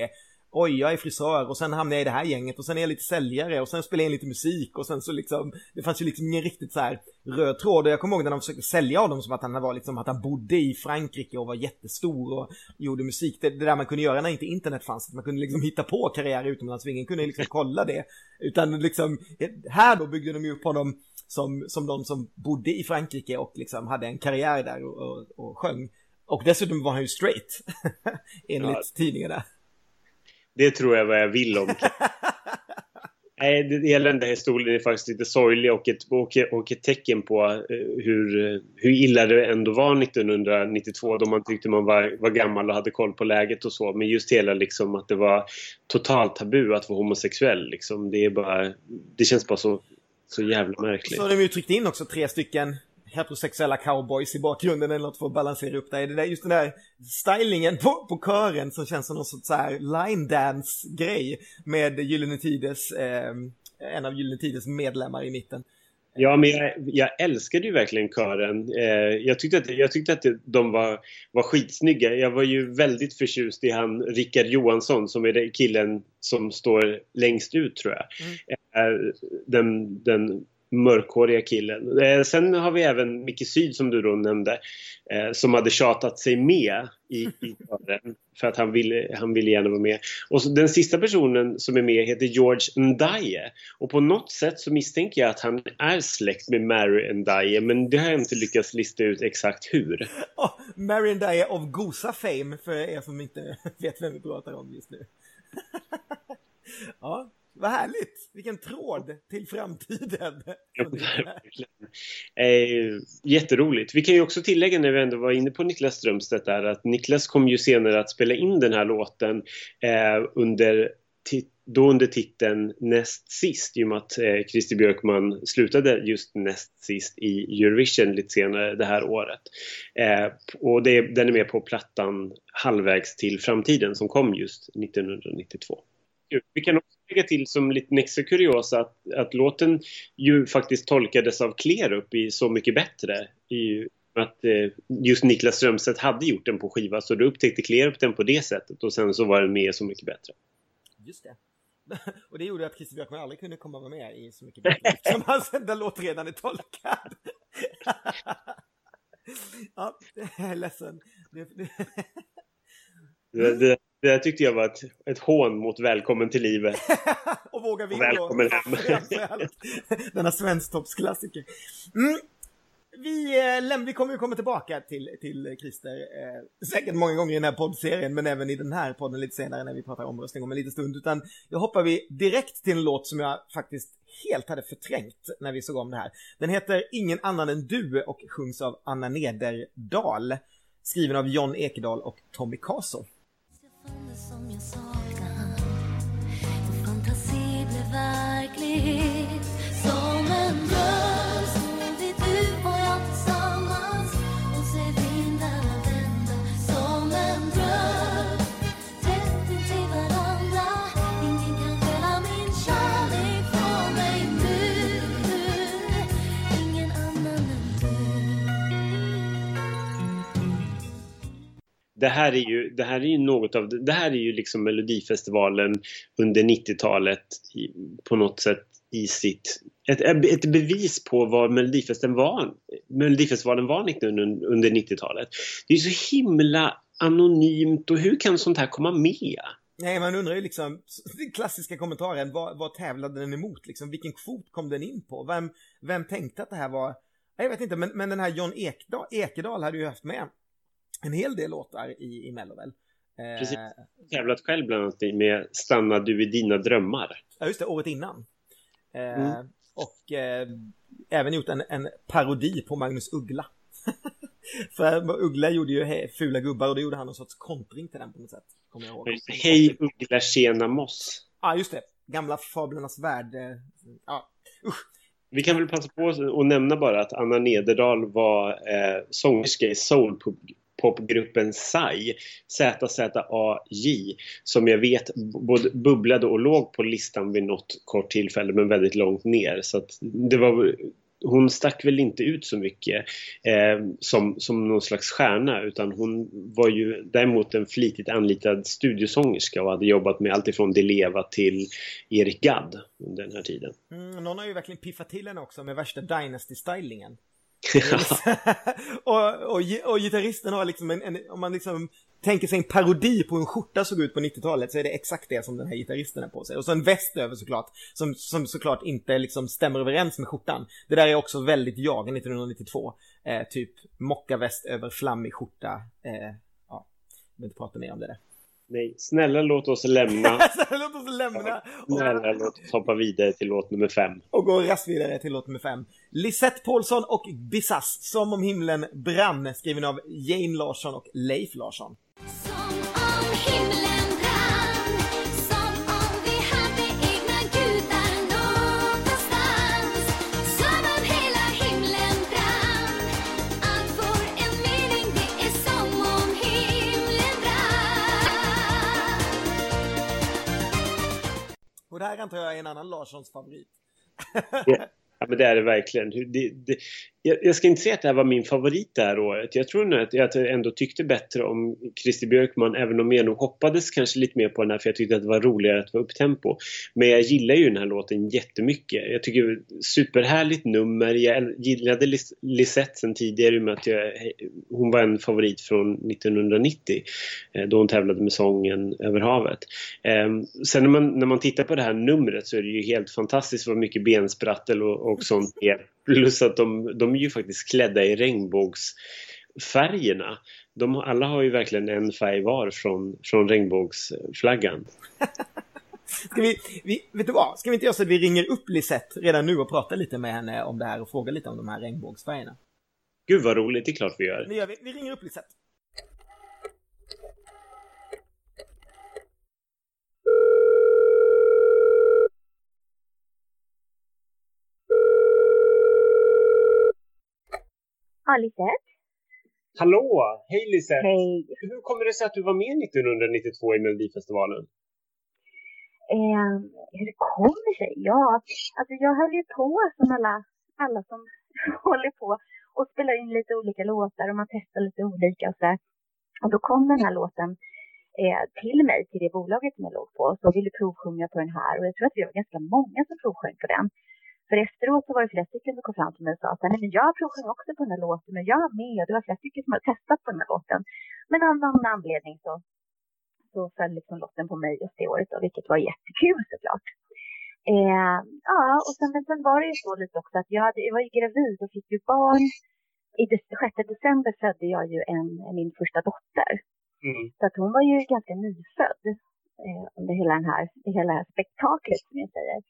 oj, jag är frisör och sen hamnar jag i det här gänget och sen är jag lite säljare och sen spelar jag in lite musik och sen så liksom, det fanns ju liksom ingen riktigt så här röd tråd. Och jag kommer ihåg när de försökte sälja honom som att han var liksom, att han bodde i Frankrike och var jättestor och gjorde musik. Det, det där man kunde göra när inte internet fanns, man kunde liksom hitta på karriär utomlands, ingen kunde liksom kolla det. Utan liksom, här då byggde de ju upp honom som, som de som bodde i Frankrike och liksom hade en karriär där och, och, och sjöng. Och dessutom var han ju straight, enligt ja. tidningarna. Det tror jag vad jag vill om. Nej, det hela den där historien är faktiskt lite sorglig och ett, och, och ett tecken på hur, hur illa det ändå var nittonhundranittiotvå då man tyckte man var, var gammal och hade koll på läget och så. Men just hela liksom att det var totalt tabu att vara homosexuell. Liksom. Det, är bara, det känns bara så, så jävla märkligt. Så har de ju tryckt in också tre stycken heterosexuella cowboys i bakgrunden eller något för att balansera upp det. Det där, just den där stylingen på, på kören som känns som någon sorts så här line dance grej med Gyllene Tiders, eh, en av Gyllene Tiders medlemmar i mitten. Ja, men jag, jag älskade ju verkligen kören. Eh, jag tyckte att, jag tyckte att de var, var skitsnygga. Jag var ju väldigt förtjust i han Rickard Johansson som är den killen som står längst ut, tror jag. Mm. Eh, den... den mörkhåriga killen. Eh, sen har vi även Micke Syd som du då nämnde eh, som hade tjatat sig med i, i kören för att han ville, han ville gärna vara med. Och så, den sista personen som är med heter George Ndaye och på något sätt så misstänker jag att han är släkt med Mary Ndaye, men det har jag inte lyckats lista ut exakt hur. Oh, Mary Ndaye of Gosa fame för er som inte vet vem vi pratar om just nu. Ja. Vad härligt! Vilken tråd till framtiden. eh, jätteroligt. Vi kan ju också tillägga när vi ändå var inne på Niklas Strömstedt där att Niklas kom ju senare att spela in den här låten eh, under, då under titeln Näst sist i och med att eh, Christer Björkman slutade just näst sist i Eurovision lite senare det här året. Eh, och det, den är med på plattan Halvvägs till framtiden som kom just nittonhundranittiotvå. Vi kan också lägga till som lite extra kuriosa att, att låten ju faktiskt tolkades av Klerup i Så mycket bättre. I att eh, just Niklas Strömstedt hade gjort den på skiva så då upptäckte Klerup den på det sättet och sen så var den med Så mycket bättre. Just det. Och det gjorde att Christer Björkman aldrig kunde komma med i Så mycket bättre. Som hans enda låt redan är tolkad. Ja, jag är ledsen. Det, det... Det, det, det där tyckte jag var ett, ett hån mot Välkommen till livet. Och våga vinna. Välkommen hem. Denna svensktoppsklassiker. Mm. Vi, eh, vi kommer ju komma tillbaka till, till Christer eh, säkert många gånger i den här poddserien, men även i den här podden lite senare när vi pratar omröstning om en liten stund. Utan jag hoppar vi direkt till en låt som jag faktiskt helt hade förträngt när vi såg om det här. Den heter Ingen annan än du och sjungs av Anna Nederdal. Skriven av John Ekedal och Tommy Kaso. Jag fann det som jag saknar. En fantasi blev verklighet. Som en dröm stod vi du och jag tillsammans. Och ser vindarna vända. Som en dröm. Tätt intill varandra. Ingen kan stjäla min kärlek från mig nu. Ingen annan än du. Det här är ju, det här är ju något av, det här är ju liksom Melodifestivalen under nittiotalet i, på något sätt i sitt, ett, ett bevis på vad Melodifestivalen var, Melodifestivalen var under nittiotalet. Det är så himla anonymt och hur kan sånt här komma med? Nej, man undrar ju liksom, den klassiska kommentaren, vad, vad tävlade den emot? Liksom, vilken kvot kom den in på? Vem, vem tänkte att det här var, jag vet inte, men, men den här John Ekedal, Ekedal hade ju haft med en hel del låtar i, i Mellovel. Precis, tävlat själv bland annat med Stanna du i dina drömmar. Ja just det, året innan. Eh, mm. Och eh, även gjort en, en parodi på Magnus Uggla. För Uggla gjorde ju he, fula gubbar och det gjorde han en sorts kontring till den på något sätt. Kommer jag ihåg. Hej Uggla tjena moss. Ja ah, just det, gamla Fablernas värld. Ja, usch. Vi kan väl passa på att nämna bara att Anna Nederdal var eh, sångerska i soulpopgruppen Sai, Z Z A J, som jag vet både bubblade och låg på listan vid något kort tillfälle men väldigt långt ner. Så att det var hon stack väl inte ut så mycket eh, som, som någon slags stjärna, utan hon var ju däremot en flitigt anlitad studiosångerska och hade jobbat med allt ifrån Di Leva till Eric Gadd under den här tiden. Mm, någon har ju verkligen piffat till henne också med värsta Dynasty-stylingen. Ja. och, och, och gitarristen har liksom en, en, om man liksom tänker sig en parodi på hur en skjorta såg ut på nittiotalet, så är det exakt det som den här gitarristen är på sig. Och så en väst över såklart, som, som såklart inte liksom stämmer överens med skjortan. Det där är också väldigt jag nittonhundranittiotvå. Eh, typ mockaväst över flammig skjorta. Eh, ja, jag vill inte prata mer om det där. Nej, snälla låt oss lämna. Låt oss lämna. Snälla låt oss hoppa vidare till låt nummer fem. Och gå rast vidare till låt nummer fem. Lisette Paulsson och Bisas, Som om himlen brann, skriven av Jane Larsson och Leif Larsson. Som om himlen brann, som om vi hade egna gudar någonstans. Som om hela himlen brann, allt får en mening, det är som om himlen brann. Och det här antar jag är en annan Larssons favorit. Ja. Ja, men det är det verkligen. Det, det, jag, jag ska inte säga att det här var min favorit det här året. Jag tror nog att jag ändå tyckte bättre om Christer Björkman, även om jag nog hoppades kanske lite mer på den här, för jag tyckte att det var roligare att vara upptempo. Men jag gillar ju den här låten jättemycket. Jag tycker det är superhärligt nummer. Jag gillade Lis- Lisette sen tidigare med att jag, hon var en favorit från nittonhundranittio då hon tävlade med sången Över havet. Sen när man, när man tittar på det här numret så är det ju helt fantastiskt vad mycket bensprattel och och sånt är. Plus att de, de är ju faktiskt klädda i regnbågsfärgerna. De alla har ju verkligen en färg var från, från regnbågsflaggan. Ska vi, vi, vet du vad? Ska vi inte göra så att vi ringer upp Lisette redan nu och pratar lite med henne om det här och frågar lite om de här regnbågsfärgerna? Gud vad roligt, det är klart vi gör. Det gör vi. Vi ringer upp Lisette. Ja, Lisette. Hallå, hej Lisette. Hej. Hur kommer det sig att du var med nittonhundranittiotvå i Melodifestivalen? Eh, hur det kommer sig? Ja, alltså jag höll ju på som alla, alla som håller på och spelar in lite olika låtar och man testar lite olika och så där. Och då kom den här låten eh, till mig, till det bolaget som jag låg på, så ville provsjunga på den här och jag tror att vi var ganska många som provsjöng på den. För efteråt så var det flera stycken som kom fram till mig och sa att nej, men jag provsjöng också på den här låten och jag är med och det var flera stycken som hade testat på den här låten. Men av någon anledning så, så föll liksom låten på mig just det året då, vilket var jättekul såklart. Eh, ja, och sen, sen var det ju så lite också att jag, hade, jag var ju gravid och fick ju barn. I des- sjätte december födde jag ju en, min första dotter. Mm. Så att hon var ju ganska nyfödd eh, under hela, den här, hela det här spektaklet som jag säger.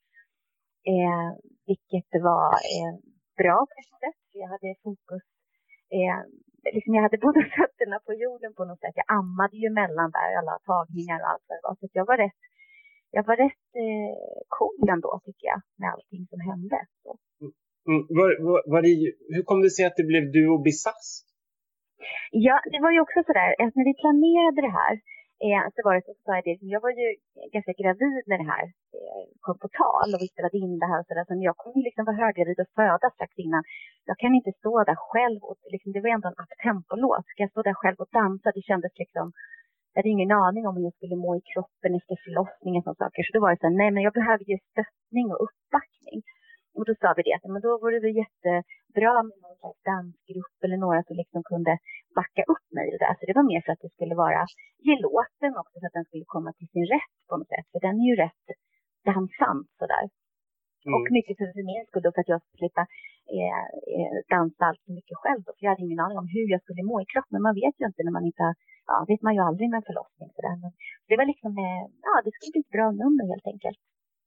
Eh, vilket var eh, bra på ett sätt. Jag hade fokus. Eh, liksom jag hade både fötterna på jorden på något sätt. Jag ammade ju mellan där alla tagningar och allt vad det var. Så jag var rätt, jag var rätt eh, cool ändå tycker jag med allting som hände. Så. Mm. Var, var, var det, hur kom det sig att det blev du och Bisas? Ja, det var ju också sådär. Att när vi planerade det här eh, så var det så, så här, det, jag var ju ganska gravid när det här eh, kom på tal och vi spelade in det här och sådär. Så jag kom ju liksom vara höggravid och föda strax innan. Jag kan inte stå där själv och liksom, det var ändå en up-tempo-låt. Ska jag stå där själv och dansa? Det kändes liksom, jag hade ingen aning om hur jag skulle må i kroppen efter förlossningen och saker. Så då var det så här, nej men jag behöver ju stöttning och uppbackning. Och då sa vi det, men då vore det jättebra med någon slags dansgrupp eller några som liksom kunde backa upp mig i det där. Så det var mer för att det skulle vara, ge låten också för att den skulle komma till sin rätt på något sätt. För den är ju rätt dansant sådär. Mm. Och mycket för min skull då för att jag skulle slippa eh, eh, dansa allt för mycket själv. Då, för jag hade ingen aning om hur jag skulle må i kroppen. Men man vet ju inte när man inte, ja vet man ju aldrig med en förlossning sådär. Men det var liksom, eh, ja det skulle bli ett bra nummer helt enkelt.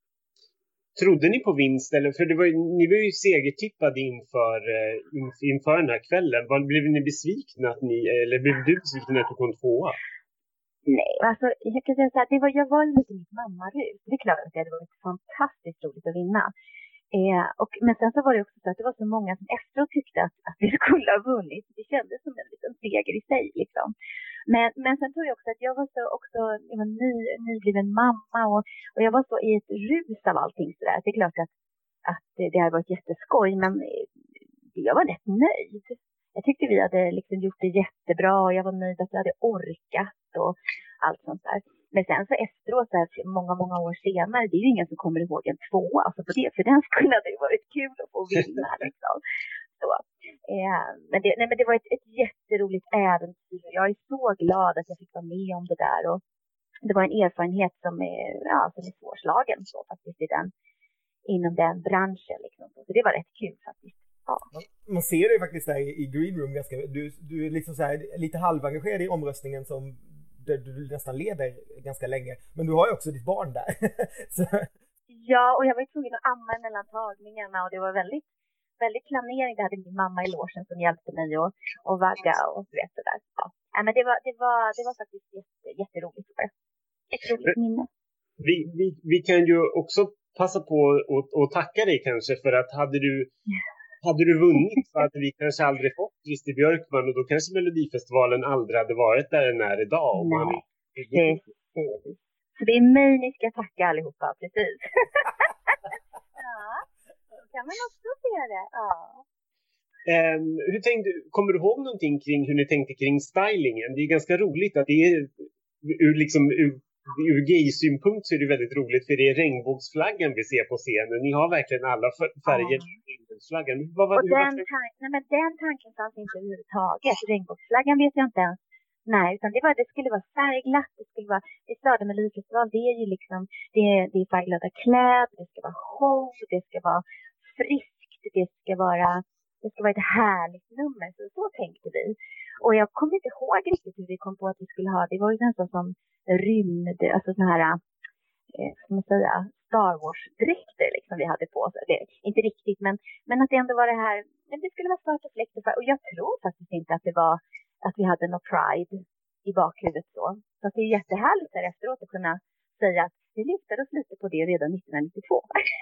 Trodde ni på vinst? Eller, för det var, ni var ju segertippade inför, inför den här kvällen. Var, blev ni besvikna att ni, eller blev du besvikna att du kom tvåa? Nej, alltså jag kan säga så här, det var, jag var ju lite mitt mammarus. Det är klart att det hade varit fantastiskt roligt att vinna. Eh, och, men sen så var det också så att det var så många som efteråt tyckte att, att vi skulle ha vunnit. Det kändes som en liten seger i sig liksom. Men, men sen tror jag också att jag var så också, jag var ny, nybliven mamma och, och jag var så i ett rus av allting sådär. Det är klart att, att det, det hade varit jätteskoj, men jag var rätt nöjd. Jag tyckte vi hade liksom gjort det jättebra och jag var nöjd att jag hade orkat och allt sånt där. Men sen så efteråt, så här, många, många år senare, det är ju ingen som kommer ihåg en tvåa. Alltså för, det, för den skulle det ju varit kul att få vinna. Liksom. Så, eh, men, det, nej, men det var ett, ett jätteroligt äventyr. Jag är så glad att jag fick vara med om det där. Och det var en erfarenhet som är, ja, som är svårslagen så, faktiskt i den, inom den branschen. Liksom. Så det var rätt kul faktiskt. Ja. Man ser det faktiskt där i Green Room ganska, du, du är liksom så här, lite halvengagerad i omröstningen som där du nästan leder ganska länge, men du har ju också ditt barn där. Så. Ja, och jag var tvungen att amma mellan tagningarna och det var väldigt, väldigt planering. Det hade min mamma i logen som hjälpte mig och, och vagga och du vet det där. Ja. Ja, men det var, det var, det var faktiskt jätte, jätteroligt. Ett roligt minne. Vi, vi, vi kan ju också passa på att, att tacka dig kanske för att hade du Hade du vunnit så hade vi kanske aldrig fått Christer Björkman och då kanske Melodifestivalen aldrig hade varit där den är idag. Och man... Nej, precis. Så det är mig ni ska tacka allihopa, precis. Ja, så kan man också se det. Ja. Um, hur tänkte, kommer du ihåg någonting kring hur ni tänkte kring stylingen? Det är ganska roligt att det är ur, liksom, ur, ur gay-synpunkt så är det väldigt roligt för det är regnbågsflaggan vi ser på scenen. Ni har verkligen alla färger i regnbågsflaggan. Vad var, och den, var... tan- nej, men den tanken fanns inte överhuvudtaget. Regnbågsflaggan vet jag inte ens. Nej, utan det, var, det skulle vara färgglatt. Det skulle vara, det störde med Melodifestival. Det är ju liksom, det är, det är färgglada kläder. Det ska vara show. Det ska vara friskt. Det ska vara, det ska vara ett härligt nummer. Så, så tänkte vi. Och jag kommer inte ihåg riktigt hur vi kom på att vi skulle ha. Det var ju nästan som rymd, alltså såna här, eh, ska man säga, Star Wars-dräkter liksom vi hade på oss. Det, inte riktigt, men, men att det ändå var det här, men det skulle vara svart och fläkt och färg. Och jag tror faktiskt inte att det var, att vi hade något pride i bakhuvudet så. Så att det är jättehärligt där efteråt att kunna säga att vi lyftade oss lite på det redan nittonhundranittiotvå.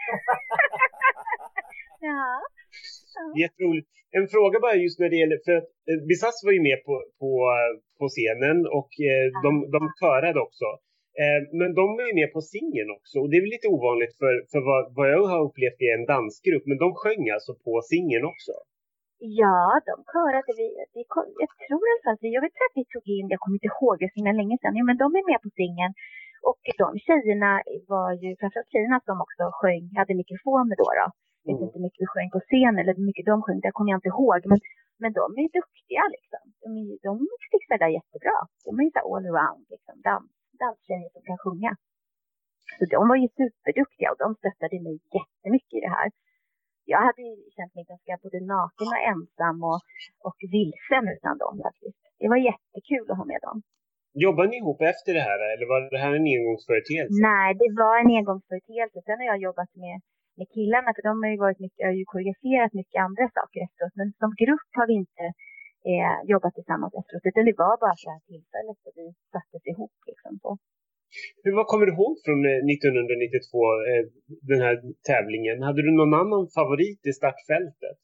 Ja. Ja. Jätteroligt. En fråga bara just när det gäller, för att eh, Bisas var ju med på, på, på scenen och eh, de, de körade också. Eh, men de är ju med på singen också och det är väl lite ovanligt för, för vad, vad jag har upplevt är en dansgrupp, men de sjöng alltså på singen också. Ja, de körade vi, vi kom, jag tror att vi, jag vet att vi tog in, jag kommer inte ihåg det så länge sedan, ja, men de är med på singen. Och de tjejerna var ju, framförallt tjejerna som också sjöng, hade mikrofoner då då. Jag vet inte hur mycket vi sjöng på scen eller hur mycket de sjöng, det kommer jag inte ihåg. Men, men de är duktiga liksom. De, är, de fixar det jättebra. De är ju så all around liksom. Dans, danstjejer som kan sjunga. Så de var ju superduktiga och de stöttade mig jättemycket i det här. Jag hade ju känt mig ganska både naken och ensam och, och vilsen utan dem faktiskt. Det var jättekul att ha med dem. Jobbar ni ihop efter det här eller var det här en engångsföreteelse? Nej, det var en engångsföreteelse. Sen har jag jobbat med med killarna, för de har ju varit mycket, har ju koreograferat mycket andra saker efteråt, men som grupp har vi inte eh, jobbat tillsammans efteråt, utan det var bara så här tillfället så vi sattes ihop liksom så. Hur, vad kommer du ihåg från nittonhundranittiotvå, eh, den här tävlingen? Hade du någon annan favorit i startfältet?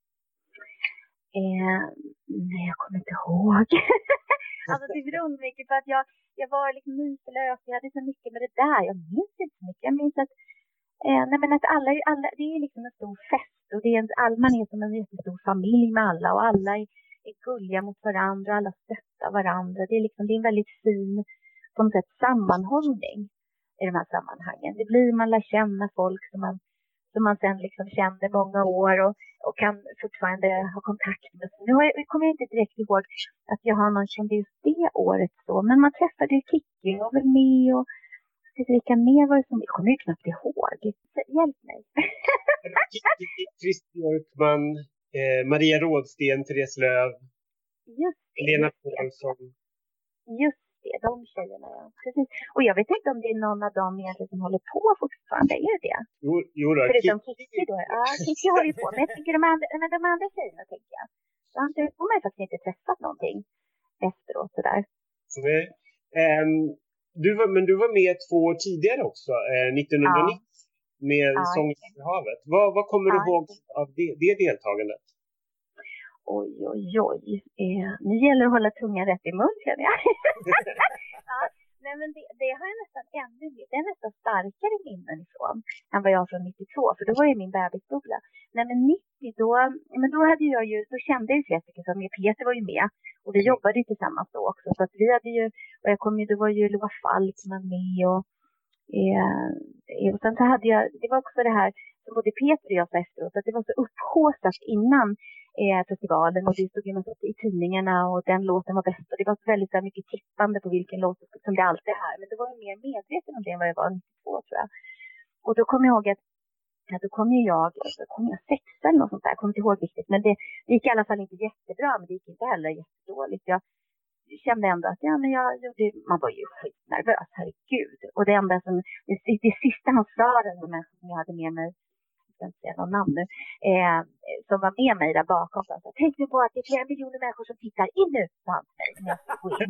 Eh, nej, jag kommer inte ihåg. Alltså det beror mycket på att jag, jag var liksom nyförlös, jag hade så mycket med det där, jag minns inte så mycket, jag minns att Eh, nej men att alla, alla, det är liksom en stor fest och det är en, all, man är som en jättestor familj med alla och alla är, är gulliga mot varandra och alla stöttar varandra. Det är liksom, det är en väldigt fin på något sätt sammanhållning i de här sammanhangen. Det blir, man lär känna folk som man, som man sen liksom känner många år och, och kan fortfarande ha kontakt med. Nu har jag, kommer jag inte direkt ihåg att jag har någon som just det året så, men man träffade ju Kikki och väl med och vilka mer var det som, jag kommer ju knappt ihåg. Hjälp mig. Christer Björkman, eh, Maria Rådsten, Therese Löv, just det, Lena just Paulsson. Just det, de tjejerna, ja. Precis. Och jag vet inte om det är någon av dem egentligen som håller på fortfarande, är det det? Jo, jo då. Förutom Kikki då. Ja, Kikki håller ju på. Men jag tycker de andra, men de andra tjejerna, tänker jag. Så han har man ju faktiskt inte träffat någonting efteråt sådär. Så det, ähm, Du var, men du var med två år tidigare också, eh, nittonhundranittio, ja. Med ja, Sången i havet. Vad, vad kommer ja. du ihåg av det, det deltagandet? Oj, oj, oj. Eh, nu gäller det att hålla tungan rätt i mun, känner jag. Ja. Nej, men det, det har jag nästan ännu mer. Det är nästan starkare minnen ifrån än vad jag har från nittiotvå. För då var det min bebisbubbla. Nej, men nittio då, men då hade jag ju, då kände jag ju flera stycken som Peter var ju med. Och vi jobbade ju tillsammans då också. Så att vi hade ju, och jag kom ju, då var ju Loa Falkman med och, eh, och sen så hade jag, det var också det här som både Peter och jag sa efteråt, att det var så upphåsat innan eh, festivalen och det stod ju något i tidningarna och den låten var bäst och det var väldigt så här, mycket tippande på vilken låt som det alltid är här. Men det var ju mer medveten om det än vad jag var nittiotvå tror jag. Och då kom jag ihåg att ja, då kom ju jag, då kom jag sexa eller något sånt där, jag kommer inte ihåg riktigt. Men det, det gick i alla fall inte jättebra, men det gick inte heller jättedåligt. Jag kände ändå att ja, men jag gjorde, man var ju skitnervös, herregud. Och det enda som, det, det sista han sa, den människan som jag hade med mig, jag ska inte säga någon namn nu, eh, som var med mig där bakom, så alltså, tänk nu på att det är flera miljoner människor som tittar in nu på mig när jag ska gå in.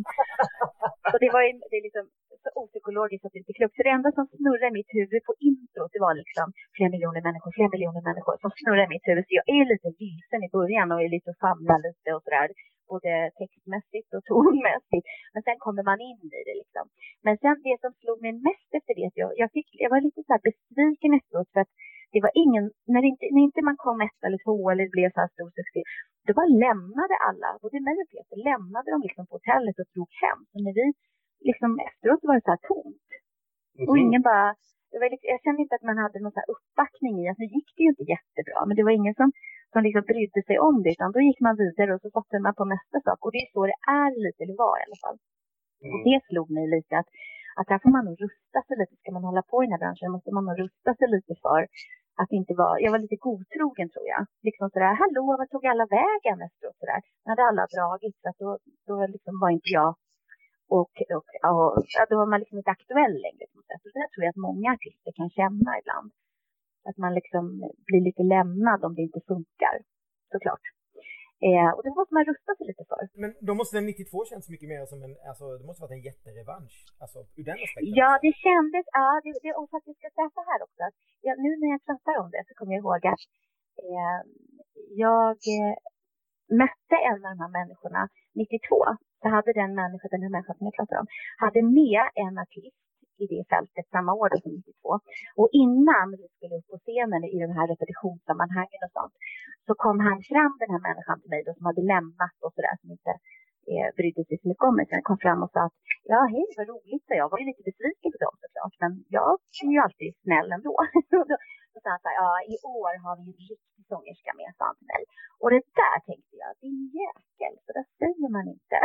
Så det var ju, det är liksom så opsykologiskt att det inte är klokt. Så det enda som snurrar i mitt huvud på introt, det var liksom flera miljoner människor, flera miljoner människor som snurrar i mitt huvud. Så jag är lite vilsen i början och är lite och famlar lite och sådär. Både textmässigt och tonmässigt. Men sen kommer man in i det liksom. Men sen det som slog mig mest efter det, jag, jag, fick, jag var lite så här besviken efteråt för att det var ingen, när inte, när inte man kom ett eller två eller det blev så här stor succé, då bara lämnade alla, både mig och Peter, lämnade de liksom på hotellet och drog hem. Så när vi liksom efteråt så var det så här tomt. Mm-hmm. Och ingen bara, det var liksom, jag kände inte att man hade någon så här uppbackning i, alltså nu gick det ju inte jättebra, men det var ingen som som liksom brydde sig om det, utan då gick man vidare och så satte man på nästa sak. Och det är så det är lite, eller var i alla fall. Mm. Och det slog mig lite att, att här får man nog rusta sig lite. Ska man hålla på i den här branschen måste man nog rusta sig lite för att inte vara, jag var lite godtrogen tror jag. Liksom sådär, hallå, vad tog alla vägen efteråt sådär. När hade alla dragit, så att då, då liksom var inte jag och, och, och ja, då var man liksom inte aktuell längre. Så det tror jag att många artister kan känna ibland. Att man liksom blir lite lämnad om det inte funkar, såklart. Eh, och det måste man rusta sig lite för. Men då måste den nittiotvå känns mycket mer som en, alltså det måste varit en jätterevansch, alltså ur den aspekten. Ja, det kändes, ja, det, det, och faktiskt ska jag säga så här också. Att jag, nu när jag pratar om det så kommer jag ihåg att eh, jag eh, mötte en av de här människorna nittiotvå. Så hade den människan, den här människan som jag pratar om, hade med en artist i det fältet samma år som nittiotvå. Och innan vi skulle upp på scenen i de här repetitionssammanhangen och sånt, så kom han fram, den här människan till mig då, som hade lämnat och sådär, som inte eh, brydde sig så mycket om mig. Sen kom fram och sa att ja, hej, vad roligt. Så jag var ju lite besviken på dem såklart, men jag är ju alltid snäll ändå. då, då sa han så här, ja, i år har vi ju en riktig sångerska med, sa han till mig. Och det där tänkte jag, din jäkel, så det säger man inte.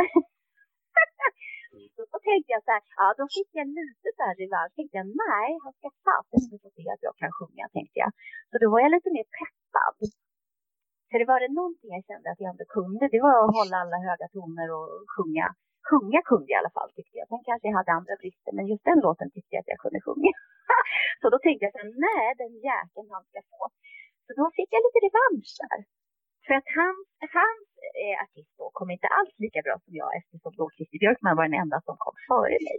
Så då tänkte jag så här, ja då fick jag lite så här revansch. Tänkte jag, nej, han ska fasen inte få se att jag kan sjunga, tänkte jag. Så då var jag lite mer peppad. För det var det någonting jag kände att jag inte kunde. Det var att hålla alla höga toner och sjunga. Sjunga kunde jag i alla fall, tyckte jag. Sen kanske jag hade andra brister, men just den låten tyckte jag att jag kunde sjunga. Så då tänkte jag så här, nej, den jäkeln han ska få. Så då fick jag lite revansch där. För att han, hans eh, artist då kom inte alls lika bra som jag, eftersom då Christer Björkman var den enda som kom före mig.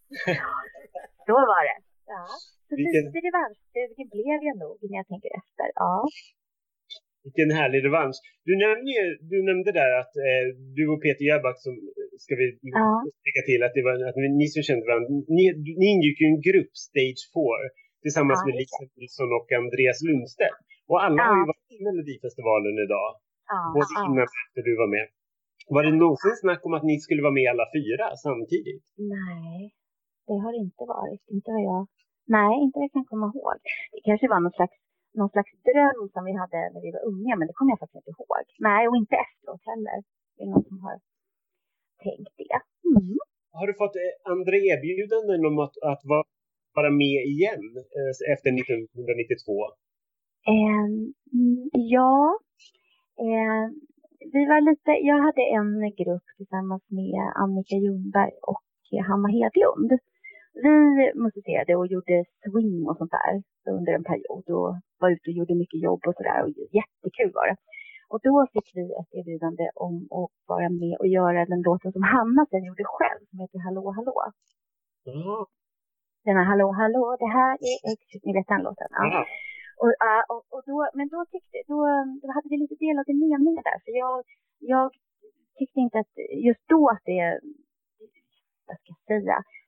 Så var det. Ja. Så Vilken... lite revanschsugen blev jag nog när jag tänker efter. Ja. Vilken härlig revansch. Du nämnde, ju, du nämnde där att eh, du och Peter Jöback, som ska vi ja. lägga till att, det var, att ni som kände varandra, ni, ni ingick ju en grupp, Stage four, tillsammans ja, med Lisa Nilsson och Andreas Lundstedt. Och alla ja. har ju varit i Melodifestivalen idag. Ja, både ja. innan och efter du var med. Var det någonsin snack om att ni skulle vara med alla fyra samtidigt? Nej, det har det inte varit. Inte vad jag... Nej, inte vad jag kan komma ihåg. Det kanske var någon slags, någon slags dröm som vi hade när vi var unga, men det kommer jag faktiskt inte ihåg. Nej, och inte efteråt heller. Det är någon som har tänkt det. Mm. Har du fått andra erbjudanden om att, att vara med igen efter nittonhundranittiotvå? Eh, ja, eh, vi var lite, jag hade en grupp tillsammans med Annika Ljungberg och Hanna Hedlund. Vi musicerade och gjorde swing och sånt där under en period och var ute och gjorde mycket jobb och sådär, och jättekul var det. Och då fick vi ett erbjudande om att vara med och göra den låten som Hanna sen gjorde själv, som heter Hallå Hallå. Mm. Den här Hallå Hallå, det här är, ni vet den låten. Ja. Mm. Och, och, och då, men då, tyckte, då, då hade vi lite delade meningar där. För jag, jag tyckte inte att just då att det, vad ska jag säga,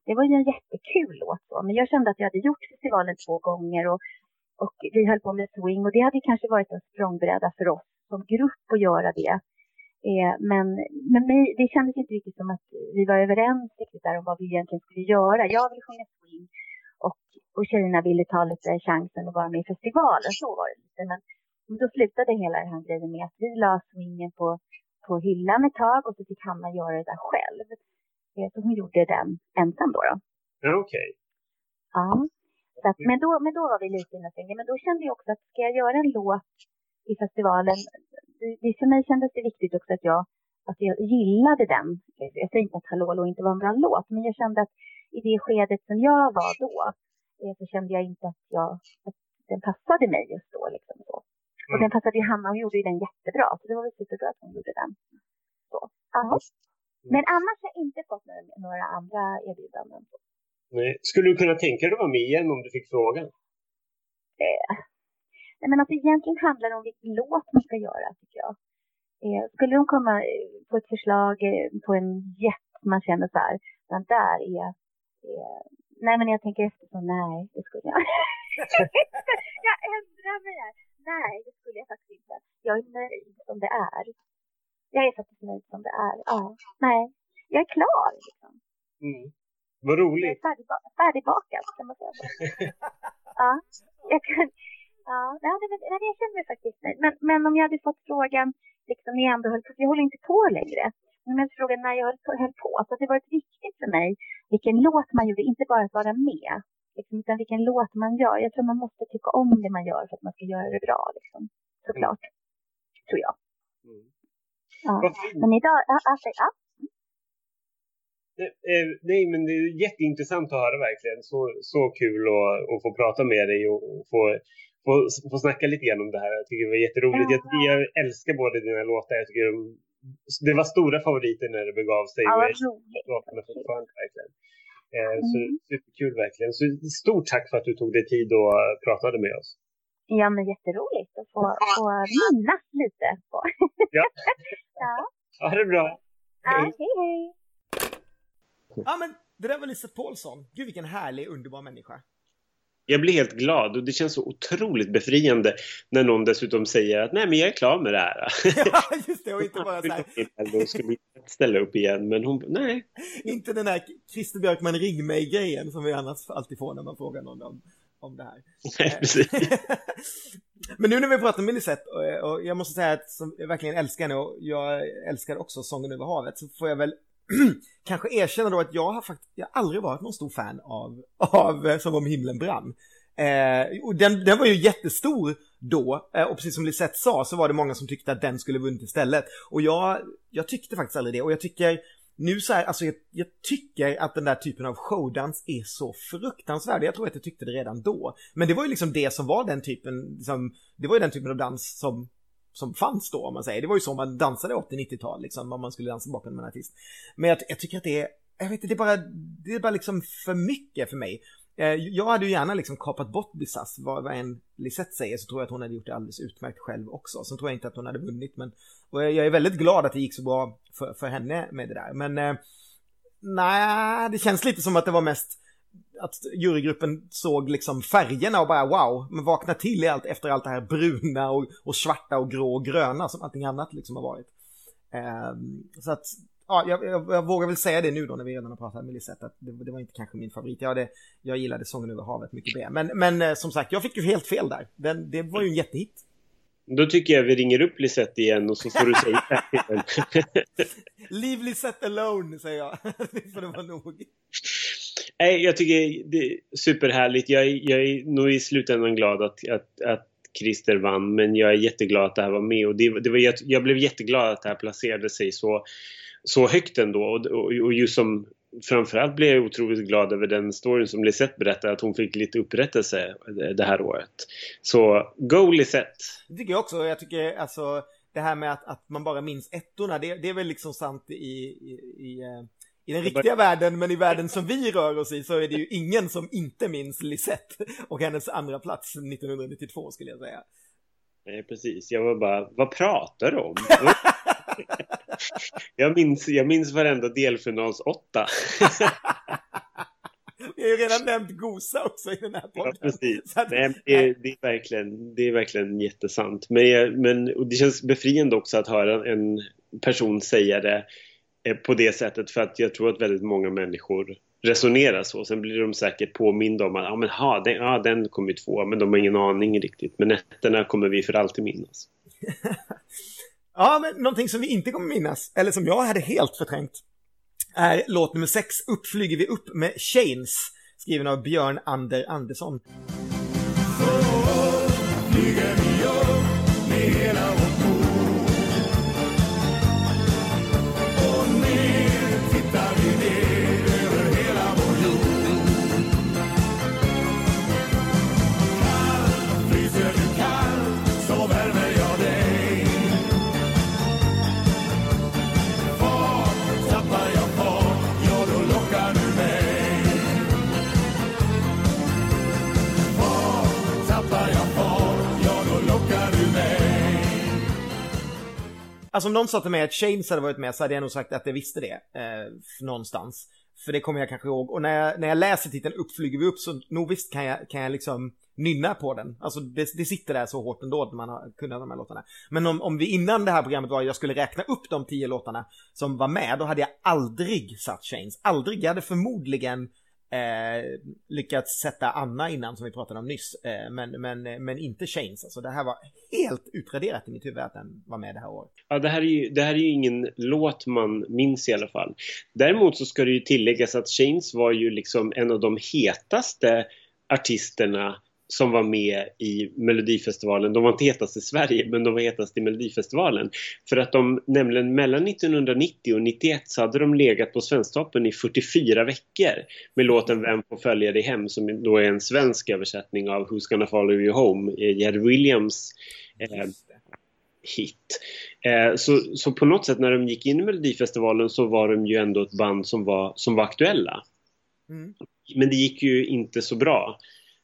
det var ju en jättekul låt så. Men jag kände att jag hade gjort festivalen två gånger och, och vi höll på med swing. Och det hade kanske varit en språngbräda för oss som grupp att göra det. Eh, men men mig, det kändes inte riktigt som att vi var överens riktigt där om vad vi egentligen skulle göra. Jag ville sjunga swing och, och tjejerna ville ta lite chansen att vara med i festivalen. Så var det lite. Men, men då slutade hela den här grejen med att vi la swingen på, på hyllan ett tag och så fick Hanna göra det där själv. Eh, så hon gjorde den ensam då. då. Ja, okej. Okay. Ja, så att, men, då, men då var vi lite inne och tänkte, men då kände jag också att ska jag göra en låt i festivalen, det, för mig kändes det viktigt också att jag, att jag gillade den. Jag säger inte att Hallå Hallå inte var en bra låt, men jag kände att i det skedet som jag var då, så kände jag inte att, jag, att den passade mig just då. Liksom så. Och den passade ju Hanna, hon gjorde ju den jättebra, så det var väl superbra att hon gjorde den. Så. Aha. Men annars har jag inte fått några, några andra erbjudanden. Nej. Skulle du kunna tänka dig att vara med igen om du fick frågan? Eh. Nej, men alltså egentligen handlar det om vilken låt man ska göra, tycker jag. Eh, skulle de komma på ett förslag eh, på en jätt, man känner så här, den där är... Eh, nej, men jag tänker efter så, nej, det skulle jag. Jag ändrar mig här. Nej, det skulle jag faktiskt inte. Jag är nöjd som det är. Jag är faktiskt nöjd som det är. Ja, nej. Jag är klar, liksom. Mm. Vad roligt. Jag är färdigba- färdigbakad, kan man säga så. Ja, jag kan... Ja, det hade, nej, jag känner mig faktiskt nöjd. Men, men om jag hade fått frågan, liksom, jag ändå höll på, jag håller inte på längre. Men jag hade frågan när jag höll på, höll på. Så det var viktigt för mig vilken låt man gjorde, inte bara att vara med. Liksom, utan vilken låt man gör. Jag tror man måste tycka om det man gör för att man ska göra det bra. Liksom. Såklart. Mm. Tror jag. Mm. Ja. Men idag, ja, alltså, ja. Nej, nej, men det är jätteintressant att höra verkligen. Så, så kul att, att få prata med dig och, och få, få, få snacka lite grann om det här. Jag tycker det var jätteroligt. Jag, jag älskar båda dina låtar. Jag tycker de, det var stora favoriter när det begav sig. Ja, vad roligt. Låtarna fortfarande verkligen. Eh, mm. Så superkul verkligen. Så stort tack för att du tog dig tid och pratade med oss. Ja, men jätteroligt att få, få minnas lite på. Ja. Ja. Ha det bra. Ja, hej hej. Ja, men det där var Lisette Paulsson. Gud, vilken härlig, underbar människa. Jag blir helt glad och det känns så otroligt befriande när någon dessutom säger att nej, men jag är klar med det här. Ja, just det, och inte bara så här. Då ska vi ställa upp igen, men hon, nej. Inte den här Christer Björkman ring mig-grejen som vi annars alltid får när man frågar någon om, om det här. Nej, precis. Men nu när vi pratar med Lisette, och, och jag måste säga att som, jag verkligen älskar henne och jag älskar också Sången över havet, så får jag väl kanske erkänna då att jag har faktiskt jag har aldrig varit någon stor fan av, av Som om himlen brann. Eh, och den, den var ju jättestor då, eh, och precis som Lisette sa så var det många som tyckte att den skulle vunnit istället. Och jag, jag tyckte faktiskt aldrig det. Och jag tycker nu så här, alltså jag, jag tycker att den där typen av showdans är så fruktansvärd. Jag tror att jag tyckte det redan då. Men det var ju liksom det som var den typen, liksom, det var ju den typen av dans som som fanns då, om man säger. Det var ju så man dansade åttio-nittiotal, liksom, om man skulle dansa bakom en artist. Men jag, jag tycker att det är, jag vet inte, det är bara, det är bara liksom för mycket för mig. Eh, jag hade ju gärna liksom kapat bort Bisas. Vad, vad en Lisette säger så tror jag att hon hade gjort det alldeles utmärkt själv också. Sen tror jag inte att hon hade vunnit, men och jag, jag är väldigt glad att det gick så bra för, för henne med det där. Men eh, nej, det känns lite som att det var mest att jurygruppen såg liksom färgerna och bara wow, men vakna till i allt, efter allt det här bruna och, och svarta och grå och gröna som allting annat liksom har varit. Um, så att, ja, jag, jag, jag vågar väl säga det nu då när vi redan har pratat med Lisette att det, det var inte kanske min favorit. Jag, hade, jag gillade Sången över havet mycket mer. Men, men eh, som sagt, jag fick ju helt fel där. Den, det var ju en jättehit. Då tycker jag vi ringer upp Lisette igen och så får du säga det. Leave Lisette alone, säger jag. Det får det vara nog. Nej, jag tycker det är superhärligt. Jag, jag är nog i slutändan glad att, att, att Christer vann, men jag är jätteglad att det här var med. Och det, det var, jag blev jätteglad att det här placerade sig så, så högt ändå. Och, och, och just som, framförallt blev jag otroligt glad över den storyn som Lisette berättade, att hon fick lite upprättelse det här året. Så go Lisette! Det tycker jag också. Jag tycker alltså det här med att, att man bara minns ettorna, det, det är väl liksom sant i, i, i I den riktiga världen, men i världen som vi rör oss i så är det ju ingen som inte minns Lisette och hennes andra plats nittonhundranittiotvå skulle jag säga. Nej, precis. Jag var bara, vad pratar du om? jag, minns, jag minns varenda delfinals åtta. har ju redan nämnt Gosa också i den här podden. Ja, precis. Att, Nej, det, är, det, är verkligen, det är verkligen jättesant. Men, jag, men och det känns befriande också att höra en person säga det på det sättet. För att jag tror att väldigt många människor resonerar så. Sen blir de säkert påminda om att ja, men, ha, den, ja, den kommer ju två. Men de har ingen aning riktigt. Men nätterna kommer vi för alltid minnas. Ja, men någonting som vi inte kommer minnas, eller som jag hade helt förträngt, är låt nummer sex, Upp flyger vi upp med Chains, skriven av Björn Ander Andersson. Så flyger vi upp med hela vårt bord. Och ner tittar vi ner över hela vår jord. Kallt fryser du kallt, så värmer jag dig. Fart tappar jag fart, ja då lockar du mig. Fart tappar jag fart, ja då lockar du mig. Alltså om någon sa till mig att Chains hade varit med så hade jag nog sagt att jag visste det eh, någonstans. För det kommer jag kanske ihåg. Och när jag, när jag läser titeln Upp flyger vi upp så nog visst kan jag, kan jag liksom nynna på den. Alltså det, det sitter där så hårt ändå när man har kunnat de här låtarna. Men om, om vi innan det här programmet var jag skulle räkna upp de tio låtarna som var med, då hade jag aldrig satt Chains. Aldrig. Jag hade förmodligen eh, lyckats sätta Anna innan som vi pratade om nyss. Eh, men, men, men inte Chains. Alltså det här var helt utraderat i mitt huvud att den var med det här året. Ja, det här, är ju, det här är ju ingen låt man minns i alla fall. Däremot så ska det ju tilläggas att Chains var ju liksom en av de hetaste artisterna som var med i Melodifestivalen. De var inte hetast i Sverige, men de var hetast i Melodifestivalen. För att de, nämligen mellan nittonhundranittio och nittioett så hade de legat på Svensktoppen i fyrtiofyra veckor med låten Vem får följa dig hem, som då är en svensk översättning av Who's Gonna Follow You Home, Jerry Williams eh, hit. Eh, så, så på något sätt när de gick in i Melodifestivalen så var de ju ändå ett band som var, som var aktuella. Mm. Men det gick ju inte så bra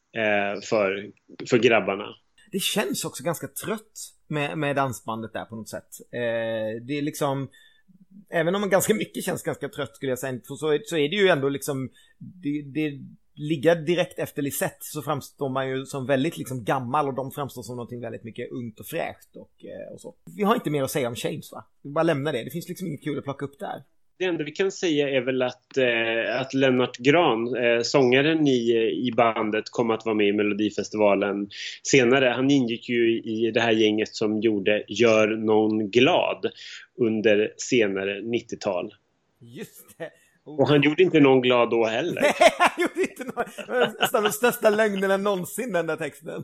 För, för grabbarna. Det känns också ganska trött med, med dansbandet där på något sätt. Eh, det är liksom, även om man ganska mycket känns ganska trött skulle jag säga, så, så är det ju ändå liksom det, det ligger direkt efter Lisette så framstår man ju som väldigt liksom gammal och de framstår som någonting väldigt mycket ungt och fräscht och, och så. Vi har inte mer att säga om Chains, va? Vi bara lämnar det. Det finns liksom inget kul att plocka upp där. Det enda vi kan säga är väl att, eh, att Lennart Grahn, eh, sångaren i, i bandet, kom att vara med i Melodifestivalen senare. Han ingick ju i det här gänget som gjorde Gör någon glad under senare nittiotal. Just det. Oh. Och han gjorde inte någon glad då heller. Nej, han gjorde inte någon. Det var den största lögnerna någonsin, den där texten.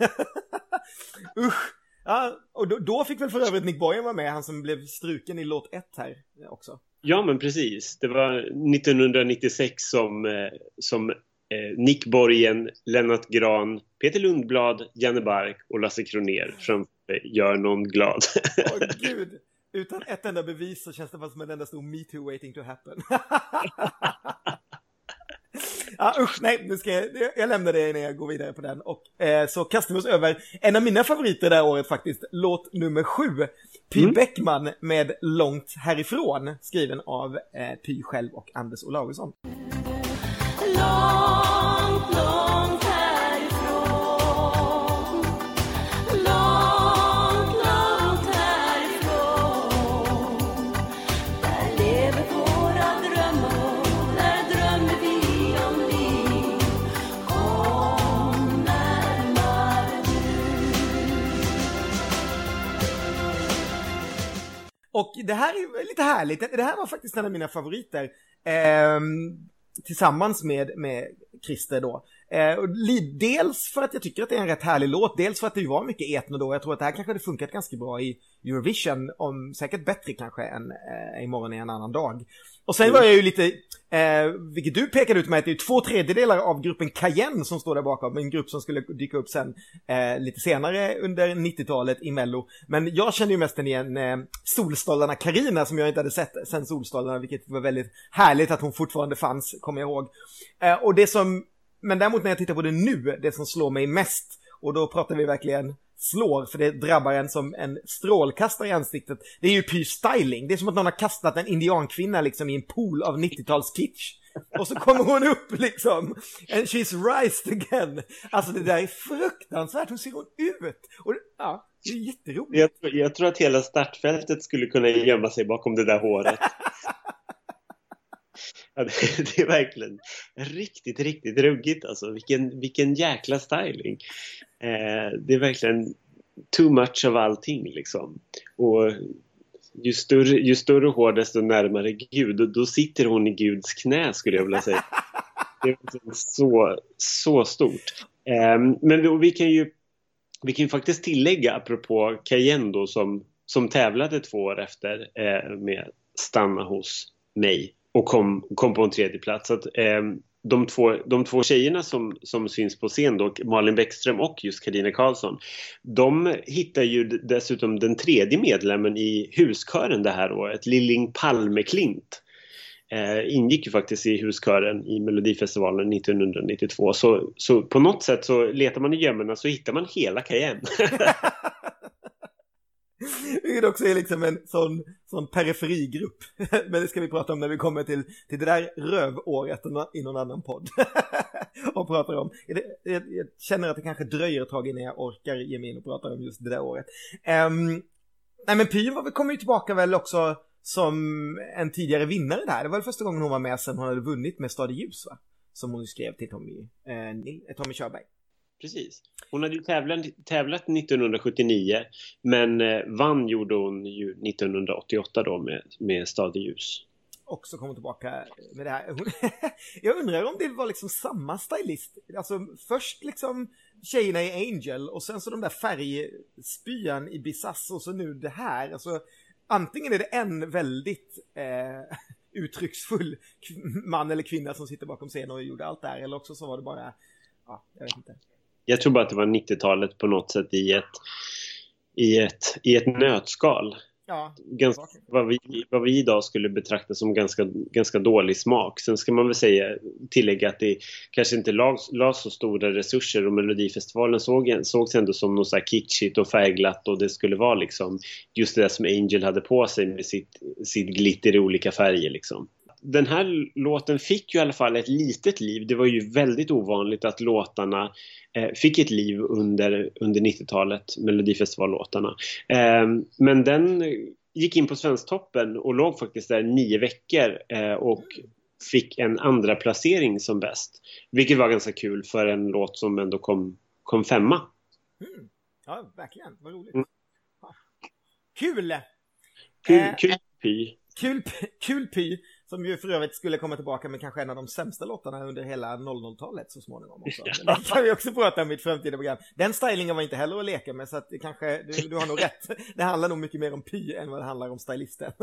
Usch. Ja, och då, då fick väl för övrigt Nick Boyen vara med, han som blev struken i låt ett här också. Ja, men precis. Det var nittonhundranittiosex som, som eh, Nick Borgen, Lennart Grahn, Peter Lundblad, Janne Bark och Lasse Kronér framför Gör någon glad. Åh oh, gud, utan ett enda bevis så känns det som en enda stor Me Too waiting to happen. Ja, usch, nej, nu ska jag, jag lämnar det när jag går vidare på den. Och eh, så kastar vi oss över en av mina favoriter det här året faktiskt, låt nummer sju. Py mm. Bäckman med Långt härifrån, skriven av eh, Py själv och Anders Olausson. Långt, långt härifrån. Långt, långt härifrån. Där lever våra drömmar. Där drömmer vi om liv. Kom närmare nu. Och det här är lite härligt. Det här var faktiskt en av mina favoriter. Ehm, tillsammans med, med Christer då. Eh, och dels för att jag tycker att det är en rätt härlig låt. Dels för att det var mycket etno då. Jag tror att det här kanske hade funkat ganska bra i Eurovision. Om, säkert bättre kanske än eh, Imorgon är en annan dag. Och sen var jag ju lite, eh, vilket du pekade ut med, att det är två tredjedelar av gruppen Cayenne som står där bakom. En grupp som skulle dyka upp sen eh, lite senare under nittiotalet i Mello. Men jag kände ju mest igen eh, Solstollarna Carina som jag inte hade sett sen Solstollarna, vilket var väldigt härligt att hon fortfarande fanns, kommer jag ihåg. Eh, och det som, men däremot när jag tittar på det nu, det som slår mig mest, och då pratar vi verkligen slår, för det drabbar en som en strålkastare i ansiktet. Det är ju Py styling. Det är som att någon har kastat en indiankvinna liksom i en pool av nittiotalskitsch. Och så kommer hon upp liksom. And she's rised again. Alltså det där är fruktansvärt. Hur ser hon ut? Och ja, det är jätteroligt. Jag, jag tror att hela startfältet skulle kunna gömma sig bakom det där håret. Ja, det, det är verkligen riktigt, riktigt ruggigt. Alltså. Vilken, vilken jäkla styling. Eh, det är verkligen too much av allting liksom. Och ju större, ju större hår desto närmare Gud. Och då sitter hon i Guds knä skulle jag vilja säga. Det är så, så stort. Eh, men vi, vi kan ju vi kan ju faktiskt tillägga apropå Cayenne då, som, som tävlade två år efter eh, med Stanna hos mig. Och kom, kom på en tredje plats. Så att, eh, de, två, de två tjejerna som, som syns på scen då, Malin Bäckström och just Carina Karlsson, de hittar ju dessutom den tredje medlemmen i huskören det här året, Lilling Palmeklint. Eh, ingick ju faktiskt i huskören i Melodifestivalen nittonhundranittiotvå. Så, så på något sätt så letar man i gömmorna så hittar man hela Cayenne. Det också är liksom en sån, sån periferigrupp. Men det ska vi prata om när vi kommer till, till det där rövåret i någon annan podd. Och pratar om. Jag, jag, jag känner att det kanske dröjer ett tag innan jag orkar ge mig in och prata om just det där året. Um, nej men Py kommer ju tillbaka väl också som en tidigare vinnare där. Det var väl första gången hon var med sen hon hade vunnit med Stad i ljus, va? Som hon skrev till Tommy, eh, Tommy Körberg. Precis. Hon hade ju tävlat, tävlat nittonhundrasjuttionio, men eh, vann gjorde hon ju nittonhundraåttioåtta då med, med Stad i ljus. Och så kom hon tillbaka med det här. Hon, jag undrar om det var liksom samma stylist. Alltså först liksom tjejerna i Angel och sen så de där färgspyan i Bisas och så nu det här. Alltså antingen är det en väldigt eh, uttrycksfull man eller kvinna som sitter bakom scenen och gjorde allt det här, eller också så var det bara, ja, jag vet inte. Jag tror bara att det var nittiotalet på något sätt i ett, i ett, i ett nötskal. Ja, ganska, vad, vi, vad vi idag skulle betrakta som ganska, ganska dålig smak. Sen ska man väl säga, tillägga att det kanske inte lades la så stora resurser, och Melodifestivalen såg, sågs ändå som något så här kitschigt och färgglatt, och det skulle vara liksom just det där som Angel hade på sig med sitt, sitt glitter i olika färger liksom. Den här låten fick ju i alla fall ett litet liv. Det var ju väldigt ovanligt att låtarna eh, fick ett liv under, under nittiotalet, Melodifestivallåtarna. Eh, men den gick in på Svensktoppen och låg faktiskt där nio veckor eh, och fick en andra placering som bäst. Vilket var ganska kul för en låt som ändå kom, kom femma. Mm. Ja, verkligen. Vad roligt. Mm. Ja. Kul! Kul, eh, kul py. Kul, kul py. Som ju för övrigt skulle komma tillbaka med kanske en av de sämsta låtarna under hela noll noll-talet så småningom också. Men det kan vi också prata om i ett framtida program. Den stylingen var inte heller att leka med, så att det kanske, du, du har nog rätt. Det handlar nog mycket mer om Py än vad det handlar om stylisten.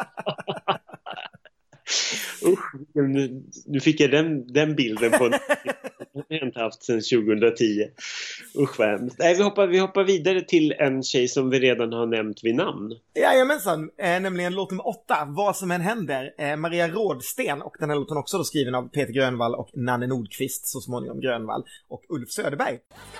Usch, nu, nu fick jag den, den bilden på en, jag har inte haft sedan tjugohundratio. Usch vad hemskt. Nej, vi hoppar, vi hoppar vidare till en tjej som vi redan har nämnt vid namn. Jajamensan, eh, nämligen låt nummer åtta, Vad som än händer. Eh, Maria Rådsten, och den här låten också då skriven av Peter Grönvall och Nanne Nordqvist, så småningom Grönvall, och Ulf Söderberg.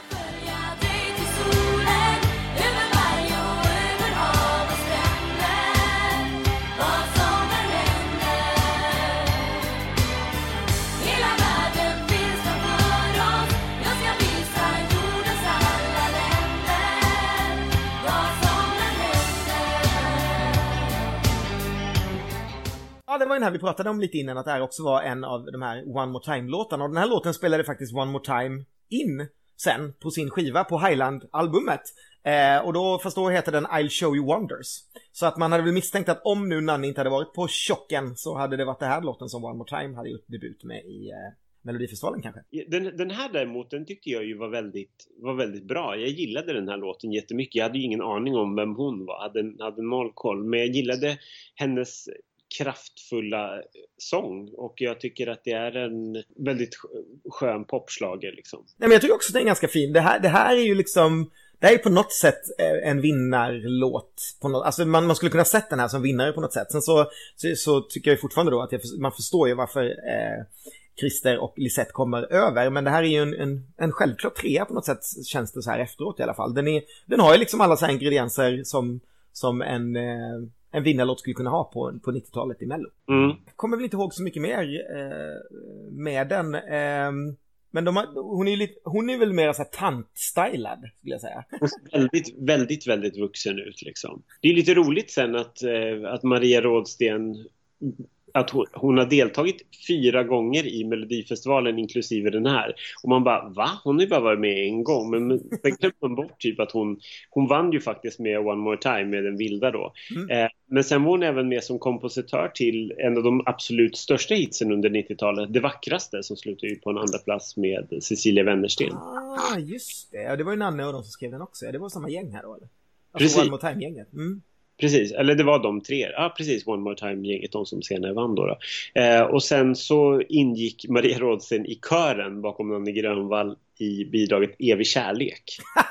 Ja, det var den här vi pratade om lite innan, att det här också var en av de här One More Time-låtarna. Och den här låten spelade faktiskt One More Time in sen på sin skiva på Highland-albumet. Eh, och då, fast då heter den I'll Show You Wonders. Så att man hade väl misstänkt att om nu Nanne inte hade varit på chocken så hade det varit det här låten som One More Time hade gjort debut med i eh, Melodifestivalen kanske. Den, den här däremot, den tyckte jag ju var väldigt, var väldigt bra. Jag gillade den här låten jättemycket. Jag hade ju ingen aning om vem hon var. Hade, hade noll koll. Men jag gillade hennes kraftfulla sång, och jag tycker att det är en väldigt skön popslager liksom. Nej, men jag tycker också att det är ganska fin. Det här, det här är ju liksom, det här är på något sätt en vinnarlåt på något, alltså man, man skulle kunna sett den här som vinnare på något sätt. Sen så, så, så tycker jag fortfarande då att jag, man förstår ju varför eh, Christer och Lisette kommer över, men det här är ju en, en, en självklar trea på något sätt, känns det så här efteråt i alla fall. Den, är, den har ju liksom alla så här ingredienser som, som en eh, en vinnarlåt skulle kunna ha på, på nittiotalet i Mello. Mm. Jag kommer väl inte ihåg så mycket mer eh, med den. Eh, men de har, hon, är lite, hon är väl mer så här tant-stylad, skulle jag säga. Hon ser väldigt, väldigt, väldigt vuxen ut liksom. Det är lite roligt sen att, eh, att Maria Rådsten, att hon, hon har deltagit fyra gånger i Melodifestivalen inklusive den här. Och man bara, va? Hon har ju bara varit med en gång. Men, men sen glömde man bort typ att hon, hon vann ju faktiskt med One More Time med den vilda då. Mm. Eh, men sen var hon även med som kompositör till en av de absolut största hitsen under nittiotalet. Det vackraste, som slutade ju på en andra plats med Cecilia Wennersten. Ah, just det. Ja, det var ju Nanne och de som skrev den också. Det var samma gäng här då, eller? Alltså precis. One More Time-gänget. Mm. Precis, eller det var de tre. Ja, precis, One More Time-gänget, de som senare vann då. då. Eh, och sen så ingick Maria Rådsten i kören bakom Nanne Grönvall i bidraget Evig kärlek.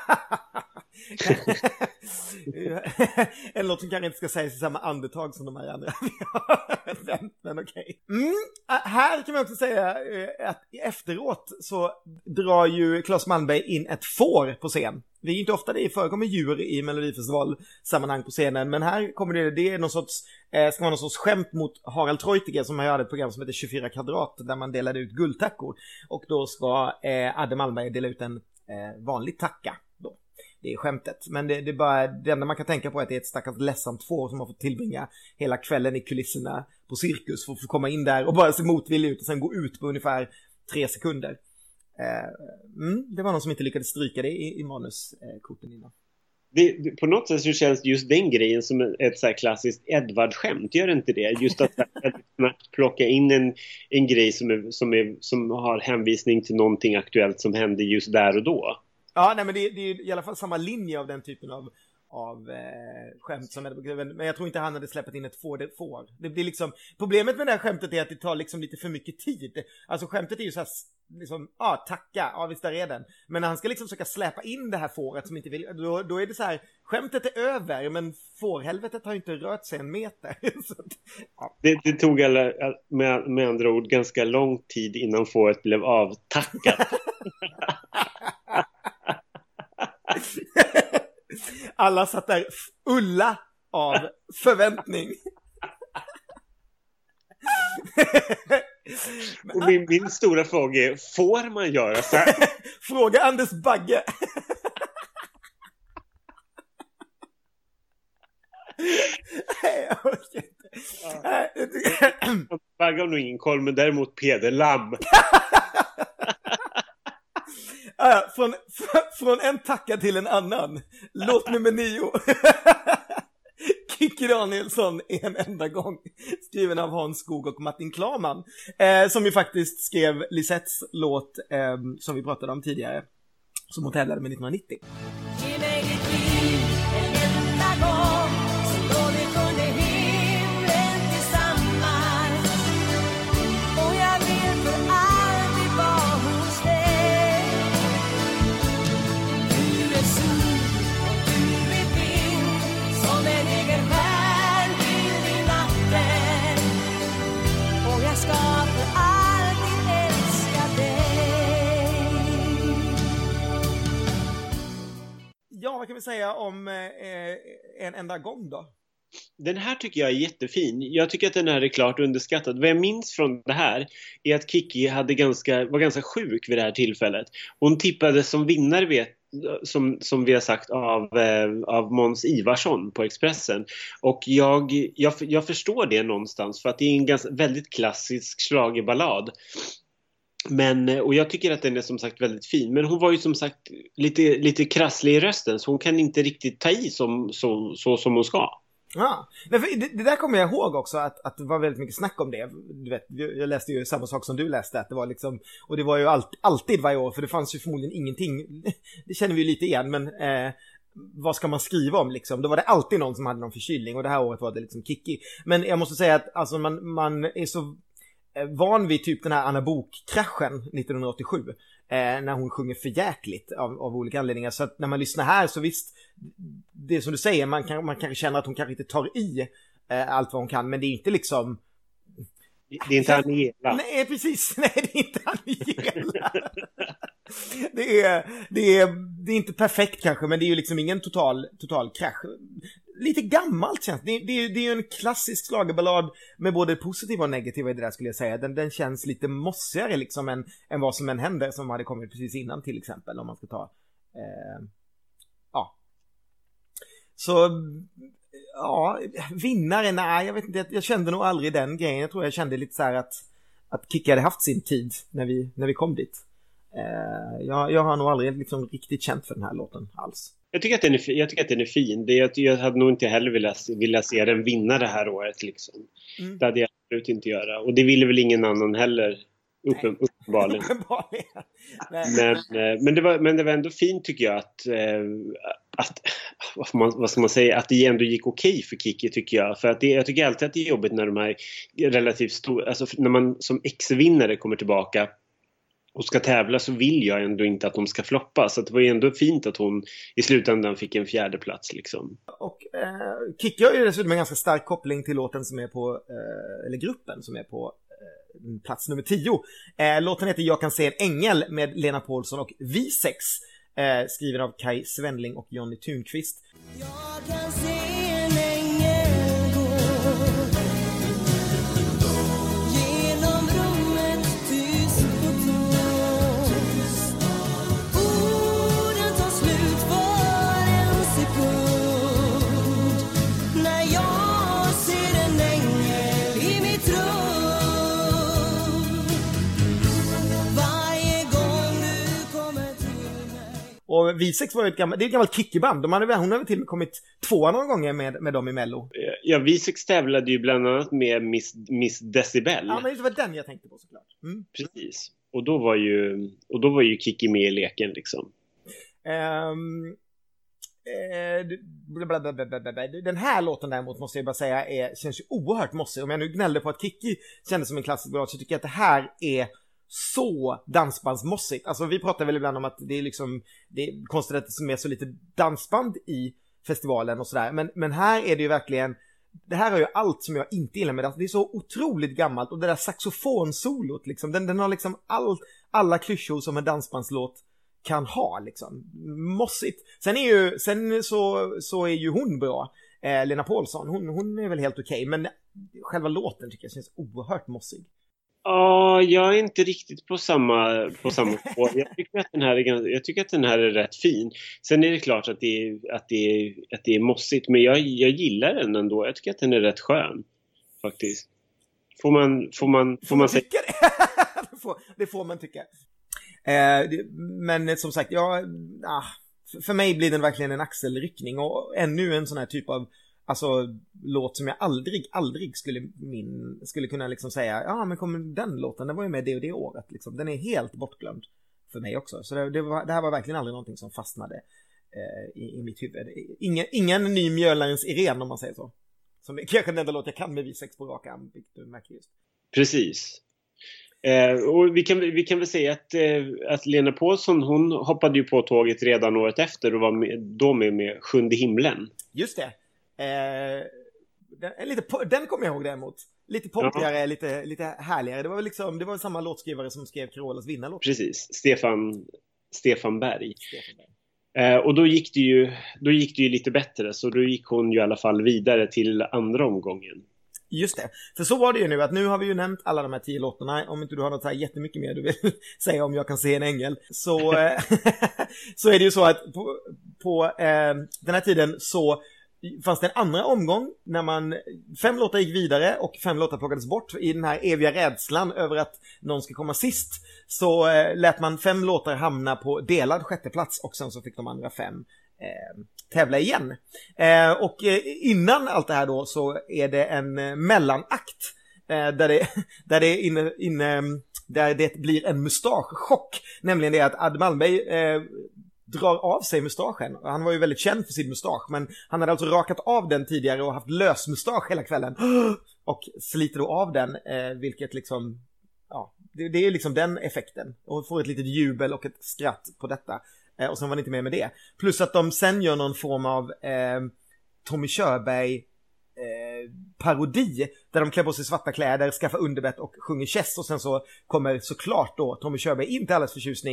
En låt som kanske inte ska sägas i samma andetag som de här andra. men men okej. Okay. Mm, här kan man också säga att efteråt så drar ju Claes Malmberg in ett får på scen. Det är inte ofta det förekommer djur i Melodifestival-sammanhang på scenen, men här kommer det, det är någon sorts, eh, ska vara någon sorts skämt mot Harald Treutiger som har hade ett program som heter tjugofyra kvadrat där man delade ut guldtackor. Och då ska eh, Adde Malmberg dela ut en eh, vanlig tacka då. Det är skämtet. Men det, det är bara, det enda man kan tänka på är att det är ett stackars ledsamt får som har fått tillbringa hela kvällen i kulisserna på cirkus för att få komma in där och bara se motvillig ut och sen gå ut på ungefär tre sekunder. Uh, mm, det var någon som inte lyckades stryka det i, i manuskorten uh, innan. Det, det, på något sätt så känns just den grejen som ett så här klassiskt Edvard-skämt, gör inte det? Just att snabbt plocka in en, en grej som, är, som, är, som har hänvisning till någonting aktuellt som hände just där och då. Ja, nej, men det, det är i alla fall samma linje av den typen av av eh, skämt som men jag tror inte han hade släppt in ett får det får. Det blir liksom, problemet med det här skämtet är att det tar liksom lite för mycket tid. Alltså skämtet är ju så här liksom, ja ah, tacka, ja visst där är den. Men när han ska liksom försöka släpa in det här fåret som inte vill, då, då är det så här, skämtet är över men fårhelvetet har ju inte rört sig en meter. Så, ja. det, det tog alla, med, med andra ord ganska lång tid innan fåret blev avtackat. Alla satt där fulla av förväntning. Och min, min stora fråga är, får man göra så här? Fråga Anders Bagge. Jag orkar inte. Bagge har nog ingen koll, men däremot Peder Lam. Ja, från, från en tacka till en annan. Låt nummer nio. Kikki Danielsson en enda gång. Skriven av Hans Skog och Martin Klarman. Eh, som ju faktiskt skrev Lisettes låt eh, som vi pratade om tidigare. Som hon tävlade med nittonhundranittio. Ge mig ditt liv en enda gång, så låt vi kunde himlen tillsammans. Och jag vill för alltid vara hos dig. Du är sol och du är vind, som en egen stjärnbild i natten. Och jag ska för alltid älska dig. Ja, vad kan vi säga om eh, en enda gång då? Den här tycker jag är jättefin. Jag tycker att den här är klart underskattad. Vad jag minns från det här är att Kikki hade ganska, var ganska sjuk vid det här tillfället. Hon tippade som vinnare, vet, som, som vi har sagt, av, eh, av Måns Ivarsson på Expressen. Och jag, jag, jag förstår det någonstans, för att det är en ganska, väldigt klassisk schlagerballad. Men, och jag tycker att den är som sagt väldigt fin. Men hon var ju som sagt lite, lite krasslig i rösten, så hon kan inte riktigt ta i som, så, så som hon ska. Ja, det, det där kommer jag ihåg också att, att det var väldigt mycket snack om det. Du vet, jag läste ju samma sak som du läste, att det var liksom, och det var ju all, alltid varje år, för det fanns ju förmodligen ingenting, det känner vi ju lite igen, men eh, vad ska man skriva om liksom? Då var det alltid någon som hade någon förkylning, och det här året var det liksom Kikki. Men jag måste säga att alltså, man, man är så van vid typ den här Anna Book-kraschen nittonhundraåttiosju, eh, när hon sjunger för jäkligt av, av olika anledningar. Så att när man lyssnar här så visst, det är som du säger, man kan, man kanske känner att hon kanske inte tar i eh, allt vad hon kan, men det är inte liksom... Det är inte Angela. Nej, precis. Nej, det är inte Angela. det, är, det, är, det är inte perfekt kanske, men det är ju liksom ingen total, total krasch. lite gammalt känns det. Det, det är ju en klassisk schlagerballad med både positiva och negativa i det där skulle jag säga. Den, den känns lite mossigare liksom än, än vad som än händer som hade kommit precis innan till exempel om man ska ta eh, ja. Så ja, vinnare, nej jag vet inte, jag kände nog aldrig den grejen. Jag tror jag kände lite så här att att Kikki hade haft sin tid när vi, när vi kom dit. Eh, jag, jag har nog aldrig liksom riktigt känt för den här låten alls. Jag tycker att den är, jag tycker att den är fin. Det, jag, jag hade nog inte heller velat, velat se den vinna det här året. Liksom. Mm. Det hade jag absolut inte göra. Och det ville väl ingen annan heller. Uppen, uppenbarligen. men, men, det var, men det var ändå fint tycker jag att, att vad, får man, vad ska man säga, att det ändå gick okej för Kikki tycker jag. För att det, jag tycker alltid att det är jobbigt när de här relativt stora, alltså när man som ex-vinnare kommer tillbaka och ska tävla så vill jag ändå inte att de ska floppa. Så det var ju ändå fint att hon i slutändan fick en fjärde plats liksom. Och eh, Kikki har ju dessutom en ganska stark koppling till låten som är på, eh, eller gruppen som är på eh, plats nummer tio. Eh, låten heter Jag kan se en ängel med Lena Paulsson och Visex. Eh, skriven av Kai Svenling och Jonny Thunqvist. Jag kan se en ängel gå genom rummet tyst och tomt. Orden tar slut för en sekund när jag ser en ängel i mitt rum. Varje gång du kommer till mig. Och Visex var ju ett gammalt, det är ett gammalt Kikki-band. De hade, hon har väl till och med kommit två några gånger med, med dem i Mello. Ja, Visex tävlade ju bland annat med Miss, Miss Decibel. Ja, men det var den jag tänkte på såklart. Mm. Precis. Och då var ju, och då var ju Kikki med i leken liksom. Um, eh, blablabla. Den här låten däremot måste jag bara säga är, känns ju oerhört mossig. Om jag nu gnällde på att Kikki kändes som en klassisk låt så tycker jag att det här är så dansbandsmossigt. Alltså vi pratar väl ibland om att det är liksom det är konstigt att det är så lite dansband i festivalen och sådär. Men, men här är det ju verkligen, det här har ju allt som jag inte gillar med dans. Det är så otroligt gammalt och det där saxofonsolot liksom, den, den har liksom all, alla klyschor som en dansbandslåt kan ha liksom. Mossigt. Sen är ju sen så, så är ju hon bra. Eh, Lena Paulsson, hon, hon är väl helt okej. Men själva låten tycker jag känns oerhört mossig. Ja, jag är inte riktigt på samma på samma spår. Jag tycker att den här är ganska, jag tycker att den här är rätt fin. Sen är det klart att det är att det är att det är mossigt, men jag jag gillar den ändå. Jag tycker att den är rätt skön faktiskt. Får man får man får, får man, man säga det? det, får, det får man tycka. Eh, det, men som sagt, jag ah, för, för mig blir den verkligen en axelryckning och ännu en sån här typ av alltså låt som jag aldrig, aldrig skulle min, skulle kunna liksom säga ja men kommer den låten, den var ju med det och det året liksom. Den är helt bortglömd för mig också. Så det, det, var, det här var verkligen aldrig någonting som fastnade eh, i, i mitt huvud. Ingen, ingen ny Mjöllarens Irene om man säger så. Som är kanske den enda låt jag kan med Visex på raka arm. Precis. Eh, och vi kan, vi kan väl säga att, eh, att Lena Paulsson hon hoppade ju på tåget redan året efter och var med, då med med Sjunde himlen. Just det. Eh, den, lite, den kommer jag ihåg däremot. Lite poppigare, ja. lite, lite härligare. Det var väl liksom, det var samma låtskrivare som skrev Carolas vinnarlåt. Precis, Stefan, Stefan Berg. Stefan Berg. Eh, och då gick, det ju, då gick det ju lite bättre. Så då gick hon ju i alla fall vidare till andra omgången. Just det, för så var det ju nu att nu har vi ju nämnt alla de här tio låtarna. Om inte du har något här jättemycket mer du vill säga om Jag kan se en ängel. Så, så är det ju så att på, på eh, den här tiden så fanns det en andra omgång när man fem låtar gick vidare och fem låtar plockades bort i den här eviga rädslan över att någon ska komma sist. Så eh, lät man fem låtar hamna på delad sjätteplats och sen så fick de andra fem eh, tävla igen. Eh, och eh, innan allt det här då så är det en eh, mellanakt eh, där det där det inne, inne där det blir en mustaschchock, nämligen det att Ad Malmberg eh, drar av sig mustaschen. Han var ju väldigt känd för sin mustasch, men han hade alltså rakat av den tidigare och haft lös mustasch hela kvällen och sliter då av den, eh, vilket liksom ja, det, det är liksom den effekten och får ett litet jubel och ett skratt på detta. Eh, och sen var det inte med med det. Plus att de sen gör någon form av eh, Tommy Körberg eh, parodi där de klär på sig svarta kläder, skaffar underbett och sjunger chess och sen så kommer såklart då Tommy Körberg in till allas förtjusning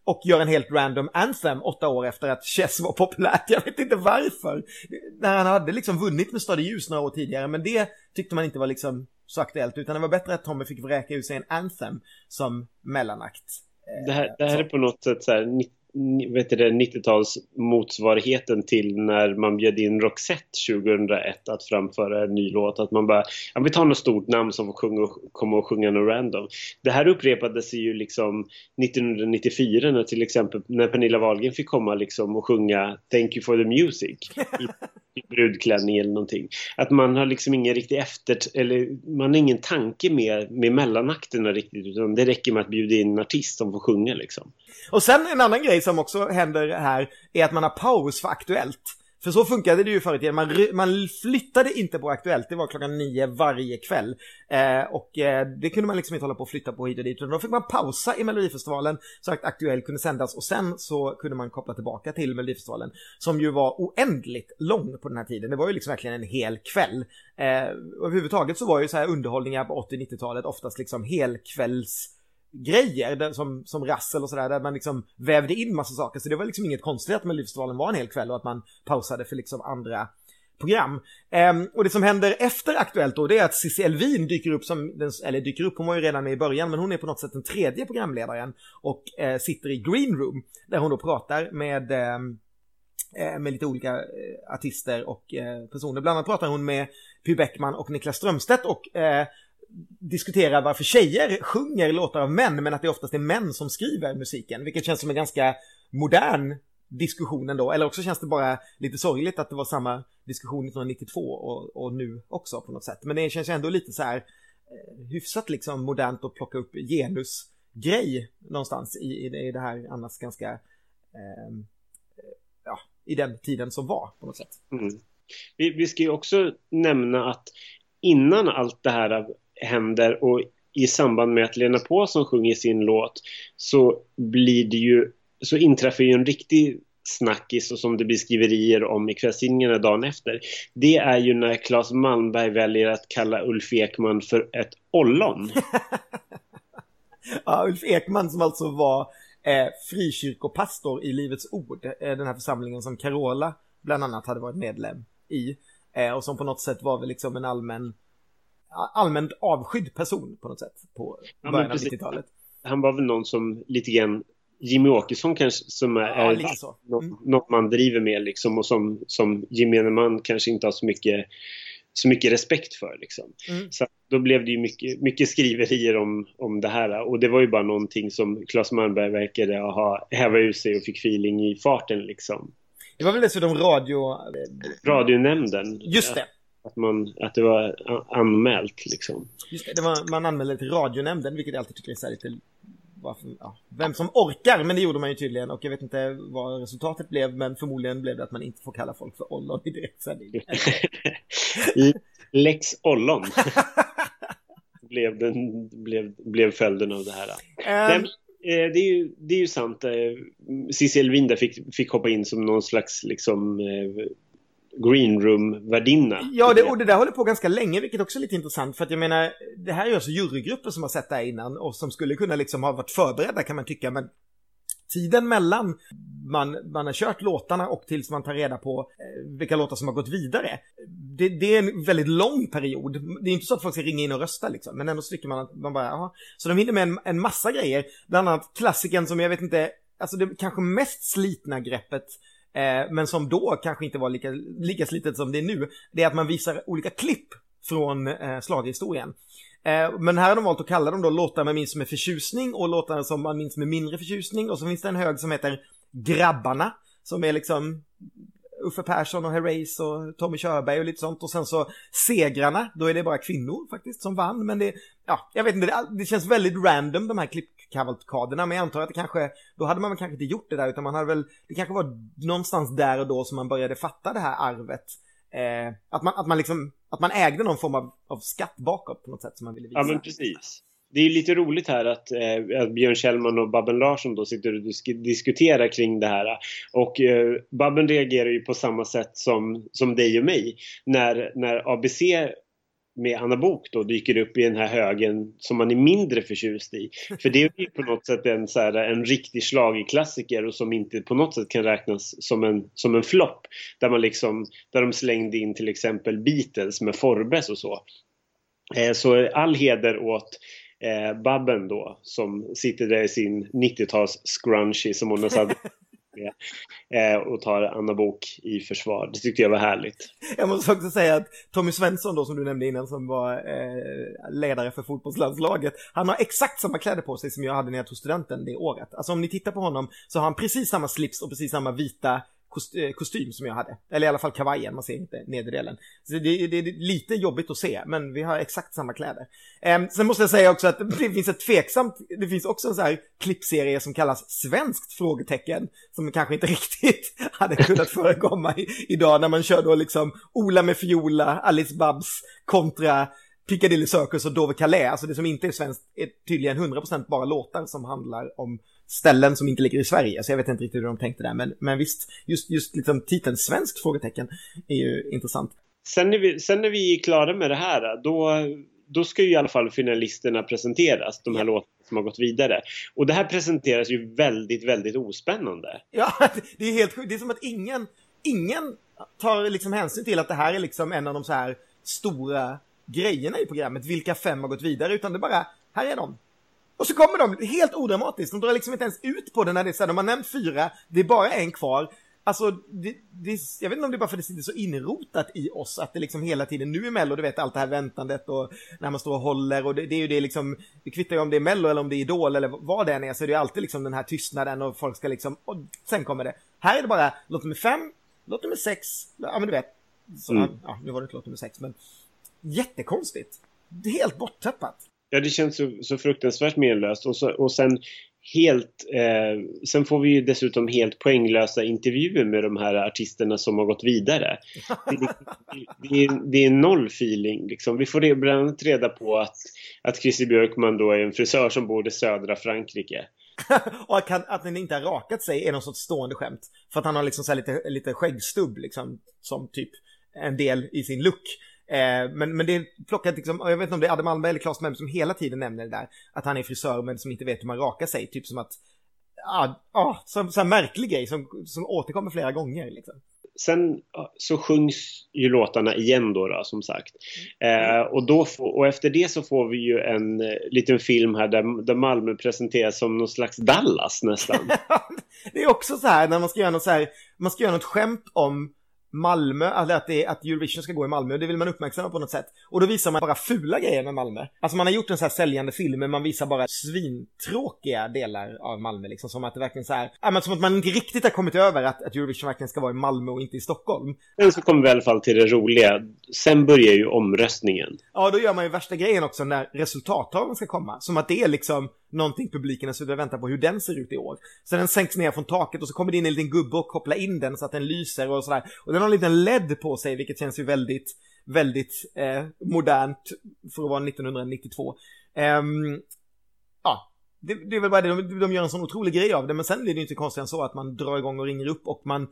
och gör en helt random anthem åtta år efter att Chess var populärt. Jag vet inte varför. När han hade liksom vunnit med Stad i ljus några år tidigare, men det tyckte man inte var liksom så aktuellt, utan det var bättre att Tommy fick vräka ut sig en anthem som mellanakt. Det här, det här är på något sätt så här, vet du det, nittio-tals motsvarigheten till när man bjöd in Roxette tjugohundraett att framföra en ny låt, att man bara, ja, vi tar något stort namn som får sjunga och, komma och sjunga något random. Det här upprepades ju liksom nittonhundranittiofyra när till exempel när Pernilla Wahlgren fick komma liksom och sjunga Thank you for the music i, i brudklänning eller någonting. Att man har liksom ingen riktig efter, eller man har ingen tanke med, med mellanakterna riktigt, utan det räcker med att bjuda in en artist som får sjunga liksom. Och sen en annan grej som också händer här är att man har paus för Aktuellt. För så funkade det ju förut igen. Man, man flyttade inte på Aktuellt. Det var klockan nio varje kväll. Eh, och eh, det kunde man liksom inte hålla på och flytta på hit och dit. Då fick man pausa i Melodifestivalen så att Aktuellt kunde sändas. Och sen så kunde man koppla tillbaka till Melodifestivalen, som ju var oändligt lång på den här tiden. Det var ju liksom verkligen en hel kväll. Eh, överhuvudtaget så var ju så här underhållningar på åttio- nittio-talet oftast liksom helkvälls grejer där, som, som rassel och sådär, där man liksom vävde in massa saker, så det var liksom inget konstigt att Melodifestivalen var en hel kväll och att man pausade för liksom andra program. Um, och det som händer efter Aktuellt då, det är att Cissi Elvin dyker upp som, den, eller dyker upp, hon var ju redan med i början, men hon är på något sätt den tredje programledaren och uh, sitter i Green Room där hon då pratar med um, med lite olika uh, artister och uh, personer. Bland annat pratar hon med Py Bäckman och Niklas Strömstedt och uh, diskutera varför tjejer sjunger låtar av män, men att det oftast är män som skriver musiken, vilket känns som en ganska modern diskussion ändå. Eller också känns det bara lite sorgligt att det var samma diskussion nittonhundranittiotvå och, och nu också på något sätt. Men det känns ändå lite så här eh, hyfsat liksom modernt att plocka upp genusgrej någonstans i, i, i det här annars ganska eh, ja, i den tiden som var på något sätt. Mm. Vi, vi ska ju också nämna att innan allt det här händer och i samband med att Lena Pålsson sjunger sin låt, så blir det ju, så inträffar ju en riktig snackis, och som det blir skriverier om i kvällstidningarna dagen efter. Det är ju när Claes Malmberg väljer att kalla Ulf Ekman för ett ollon. Ja, Ulf Ekman som alltså var eh, frikyrkopastor i Livets Ord, eh, den här församlingen som Carola bland annat hade varit medlem i. Och som på något sätt var väl liksom en allmän allmänt avskydd person på något sätt på början av nittiotalet. Han var väl någon som lite grann Jimmy Åkesson kanske, som är, ja, är så. Mm. något, något man driver med liksom, och som, som gemene man kanske inte har så mycket, så mycket respekt för liksom. Mm. Så då blev det ju mycket, mycket skriverier om, om det här, och det var ju bara någonting som Claes Malmberg verkade ha häva ur sig och fick feeling i farten liksom. Det var väl dessutom radio... Radionämnden. Just det. Att, man, att det var anmält liksom. Just det, det var, man anmälde till radionämnden, vilket jag alltid tycker är så här lite... Varför, ja, vem som orkar, men det gjorde man ju tydligen. Och jag vet inte vad resultatet blev, men förmodligen blev det att man inte får kalla folk för ollon i direktsändning. Lex ollon. blev, den, blev, blev följden av det här. Um... Den, Det är, ju, det är ju sant. Cissi Elvin där fick, fick hoppa in som någon slags liksom, green room-värdinna. Ja, det, och det där håller på ganska länge, vilket också är lite intressant. För att jag menar, det här är ju alltså jurygrupper som har sett det här innan och som skulle kunna liksom ha varit förberedda, kan man tycka. Men tiden mellan man, man har kört låtarna och tills man tar reda på eh, vilka låtar som har gått vidare, det, det är en väldigt lång period. Det är inte så att folk ska ringa in och rösta liksom, men ändå så tycker man att man bara, aha. Så de hinner med en, en massa grejer, bland annat klassiken som jag vet inte, alltså det kanske mest slitna greppet, eh, men som då kanske inte var lika, lika slitet som det är nu, det är att man visar olika klipp från eh, slaghistorien. Men här har de valt att kalla dem då låtar man minns med förtjusning och låtar som man minns med mindre förtjusning. Och så finns det en hög som heter Grabbarna, som är liksom Uffe Persson och Herreys och Tommy Körberg och lite sånt. Och sen så Segrarna, då är det bara kvinnor faktiskt som vann. Men det, ja, jag vet inte, det, det känns väldigt random de här klippkavalkaderna. Men jag antar att det kanske, då hade man väl kanske inte gjort det där, utan man hade väl, det kanske var någonstans där och då som man började fatta det här arvet. Eh, att, man, att man liksom att man ägde någon form av, av skatt bakåt på något sätt som man ville visa. Ja, men precis. Det är ju lite roligt här att, eh, att Björn Kjellman och Babben Larsson då sitter och disk- diskuterar kring det här. Och eh, Babben reagerar ju på samma sätt som, som dig och mig. När, när A B C med Anna Bok då dyker upp i den här högen som man är mindre förtjust i. För det är ju på något sätt en, så här, en riktig schlagerklassiker och som inte på något sätt kan räknas som en, som en flopp. Där man liksom, där de slängde in till exempel Beatles med Forbes och så. Eh, så all heder åt eh, Babben då som sitter där i sin nittio-tals scrunchie som hon har satt Eh, och tar Anna Bok i försvar. Det tyckte jag var härligt. Jag måste också säga att Tommy Svensson då, som du nämnde innan, som var eh, ledare för fotbollslandslaget, han har exakt samma kläder på sig som jag hade när jag tog studenten det året. Alltså om ni tittar på honom så har han precis samma slips och precis samma vita kost- kostym som jag hade. Eller i alla fall kavajen, man ser inte nederdelen. Så det, det är lite jobbigt att se, men vi har exakt samma kläder. Eh, sen måste jag säga också att det finns ett tveksamt, det finns också en så här klippserie som kallas Svenskt frågetecken, som kanske inte riktigt hade kunnat förekomma i, idag när man kör då liksom Ola med Fiola, Alice Babs kontra Piccadilly Circus och Dover Calais. Alltså det som inte är svenskt är tydligen hundra procent bara låtar som handlar om ställen som inte ligger i Sverige. Så jag vet inte riktigt hur de tänkte där. Men, men visst, just, just liksom titeln Svenskt frågetecken är ju intressant. Sen när vi, sen när vi är klara med det här, då, då ska ju i alla fall finalisterna presenteras. De här ja. låtarna som har gått vidare. Och det här presenteras ju väldigt, väldigt ospännande. Ja, det är helt sjukt. Det är som att ingen, ingen tar liksom hänsyn till att det här är liksom en av de så här stora grejerna i programmet. Vilka fem har gått vidare, utan det bara, här är de. Och så kommer de helt odramatiskt. De drar liksom inte ens ut på det när det är så här, de har nämnt fyra, det är bara en kvar. Alltså, det, det, jag vet inte om det är bara för att det sitter så inrotat i oss att det liksom hela tiden, nu är Mello, du vet, allt det här väntandet och när man står och håller och det, det är ju det liksom, det kvittar ju om det är Mello eller om det är Idol eller vad det än är, så är det ju alltid liksom den här tystnaden och folk ska liksom, och sen kommer det. Här är det bara låt nummer fem, låt nummer sex, ja men du vet. Så, mm. ja, nu var det inte låt nummer sex, men jättekonstigt. Det är helt borttappat. Ja, det känns så, så fruktansvärt menlöst. Och, så, och sen helt eh, sen får vi ju dessutom helt poänglösa intervjuer med de här artisterna som har gått vidare. Det, det, det, är, det är noll feeling liksom. Vi får bland annat reda på att, att Christer Björkman då är en frisör som bor i södra Frankrike. Och att, han, att han inte har rakat sig är någon sorts stående skämt. För att han har liksom så här lite, lite skäggstubb liksom, som typ en del i sin look. Eh, men, men det är plockat liksom, jag vet inte om det är Adam Malmberg eller Claes Mem som hela tiden nämner det där, att han är frisör men som inte vet hur man rakar sig, typ som att ah, ah, så, så här märklig grej som, som återkommer flera gånger liksom. Sen så sjungs ju låtarna igen då, då som sagt. Eh, och, då får, och efter det så får vi ju en eh, liten film här där, där Malmö presenteras som någon slags Dallas nästan. Det är också så här när man ska göra något så här, man ska göra något skämt om Malmö, eller att, det är, att Eurovision ska gå i Malmö, och det vill man uppmärksamma på något sätt. Och då visar man bara fula grejer med Malmö. Alltså man har gjort en så här säljande film, men man visar bara svintråkiga delar av Malmö liksom, som att det verkligen så här, ja, men som att man inte riktigt har kommit över att, att Eurovision verkligen ska vara i Malmö och inte i Stockholm. Sen så kommer vi i alla fall till det roliga. Sen börjar ju omröstningen. Ja, då gör man ju värsta grejen också när resultattavlan ska komma. Som att det är liksom någonting publiken har suttit och väntat på hur den ser ut i år. Så den sänks ner från taket och så kommer det in en liten gubbe och kopplar in den så att den lyser och sådär. Och den har en liten L E D på sig, vilket känns ju väldigt, väldigt eh, modernt för att vara nittonhundranittiotvå. Um, ja, det, det är väl bara det. De, de gör en sån otrolig grej av det, men sen blir det ju inte konstigt än så att man drar igång och ringer upp och man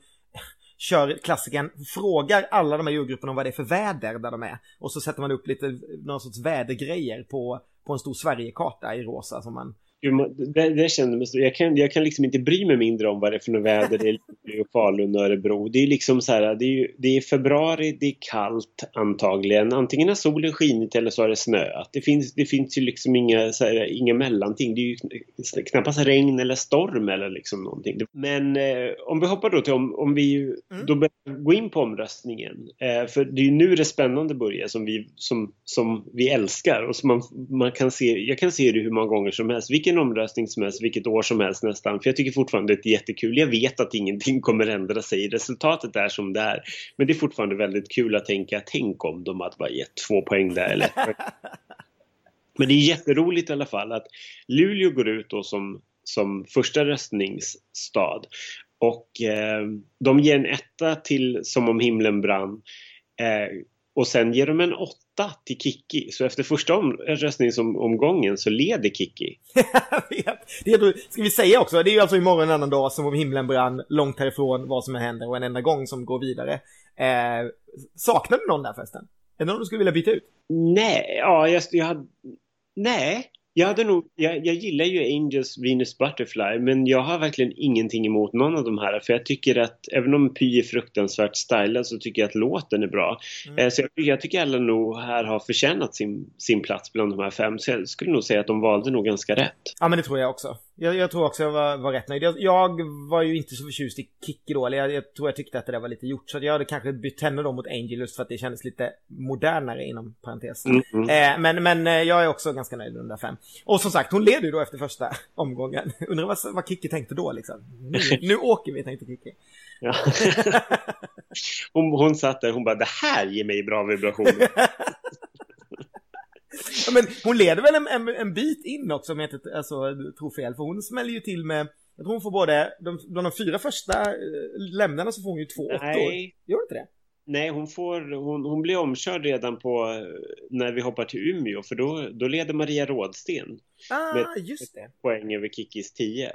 kör klassikern, frågar alla de här djurgrupperna om vad det är för väder där de är. Och så sätter man upp lite någon sorts vädergrejer på, på en stor Sverigekarta i rosa som man... Det, det känner mig så, jag kan, jag kan liksom inte bry mig mindre om vad det är för något väder. Det är i Falun och Örebro. Det är liksom så här, det är, ju, det är februari, det är kallt antagligen. Antingen har solen skinit eller så har det snöat. Det finns, det finns ju liksom inga, så här, inga mellanting. Det är ju knappast regn eller storm eller liksom någonting. Men eh, om vi hoppar då till om, om vi mm. då börjar gå in på omröstningen. Eh, för det är ju nu det spännande börjar som vi, som, som vi älskar. Och som man, man kan se, jag kan se det hur många gånger som helst. Vilken omröstning som helst, vilket år som helst nästan. För jag tycker fortfarande det är jättekul. Jag vet att ingenting kommer ändra sig. Resultatet är som det är. Men det är fortfarande väldigt kul att tänka, tänk om de hade bara gett två poäng där. Eller... Men det är jätteroligt i alla fall att Luleå går ut då som, som första röstningsstad. Och eh, de ger en etta till Som om himlen brann. Eh, och sen ger de en åtta till Kikki. Så efter första röstningsomgången så leder Kikki. Det är, ska vi säga också, det är ju alltså imorgon en annan dag Som om himlen brann, långt härifrån vad som händer och en enda gång som går vidare. Eh, saknar du någon där förresten? Är det någon du skulle vilja byta ut? Nej, ja, jag, jag hade... Nej, jag hade nog... Jag, jag gillar ju Angels Venus Butterfly, men jag har verkligen ingenting emot någon av de här. För jag tycker att, även om Py är fruktansvärt stylad, så tycker jag att låten är bra. Mm. Eh, så jag, jag tycker alla nog här har förtjänat sin, sin plats bland de här fem. Så jag skulle nog säga att de valde nog ganska rätt. Ja, men det tror jag också. Jag, jag tror också jag var, var rätt nöjd. Jag, jag var ju inte så förtjust i Kikki då. Eller jag, jag tror jag tyckte att det där var lite gjort. Så jag hade kanske bytt henne då mot Angel just för att det kändes lite modernare inom parentes. Mm, mm. Eh, men, men jag är också ganska nöjd med de där fem. Och som sagt, hon leder ju då efter första omgången. Undrar vad, vad Kikki tänkte då liksom. Nu, nu åker vi, tänkte Kikki. Ja. hon, hon satt där, hon bara, det här ger mig bra vibrationer. Ja, men hon leder väl en, en, en bit in också, om jag inte alltså, tror fel. För hon smäller ju till med, jag tror hon får både, de, de, de fyra första lämnarna så får hon ju två åttor. Nej. Gör inte det? Nej, hon, får, hon, hon blir omkörd redan på när vi hoppar till Umeå. För då, då leder Maria Rådsten. Ah, med just det. Poäng över Kikkis tio.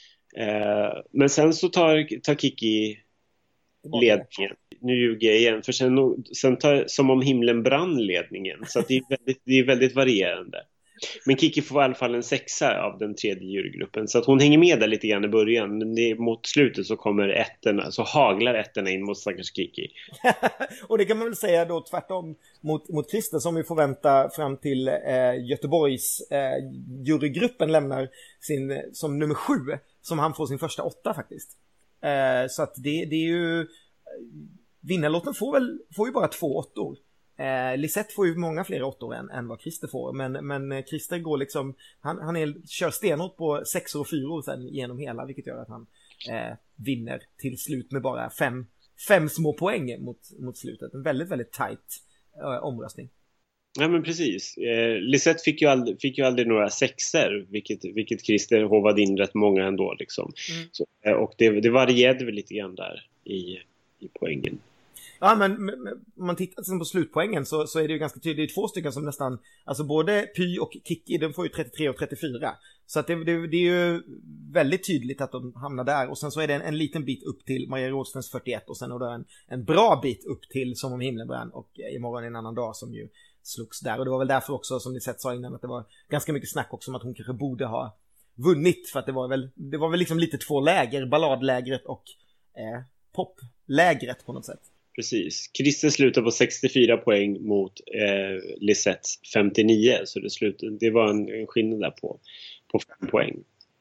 Eh, men sen så tar, tar Kikki ledningen. Nu ljuger jag igen. För sen, sen tar som om himlen brann ledningen. Så att det, är väldigt, det är väldigt varierande. Men Kikki får i alla fall en sexa av den tredje jurygruppen. Så att hon hänger med där lite grann i början. Men det, mot slutet så kommer ettorna, så haglar ettorna in mot stackars Kikki. Och det kan man väl säga då tvärtom mot, mot Christer, som vi får vänta fram till eh, Göteborgs eh, jurygruppen lämnar sin som nummer sju. Som han får sin första åtta faktiskt. Eh, så att det, det är ju... Vinnarlåten får väl får ju bara två åttor. Eh, Lisette får ju många fler åttor än, än vad Christer får. Men, men Christer går liksom... Han, han är, kör stenhårt på sexor och fyror sen genom hela. Vilket gör att han eh, vinner till slut med bara fem, fem små poäng mot, mot slutet. En väldigt, väldigt tight eh, omröstning. Ja, men precis. Eh, Lisette fick ju, aldrig, fick ju aldrig några sexer, vilket, vilket Christer hovade in rätt många ändå. Liksom. Mm. Så, eh, och det, det varierade väl lite grann där i, i poängen. Ja, men om man tittar på slutpoängen så, så är det ju ganska tydligt. Det är två stycken som nästan, alltså både Py och Kikki, de får ju trettiotre och trettiofyra. Så att det, det, det är ju väldigt tydligt att de hamnar där. Och sen så är det en, en liten bit upp till Maria Rådstens fyrtioett. Och sen är det en, en bra bit upp till Som om himlen brann. Och imorgon en annan dag som ju slogs där. Och det var väl därför också, som ni sett sa innan, att det var ganska mycket snack också om att hon kanske borde ha vunnit. För att det var väl, det var väl liksom lite två läger, balladlägret och eh, poplägret på något sätt. Precis. Christer slutar på sextiofyra poäng mot eh, Lisettes femtionio. Så det, slutade, det var en, en skillnad där på, på fem poäng.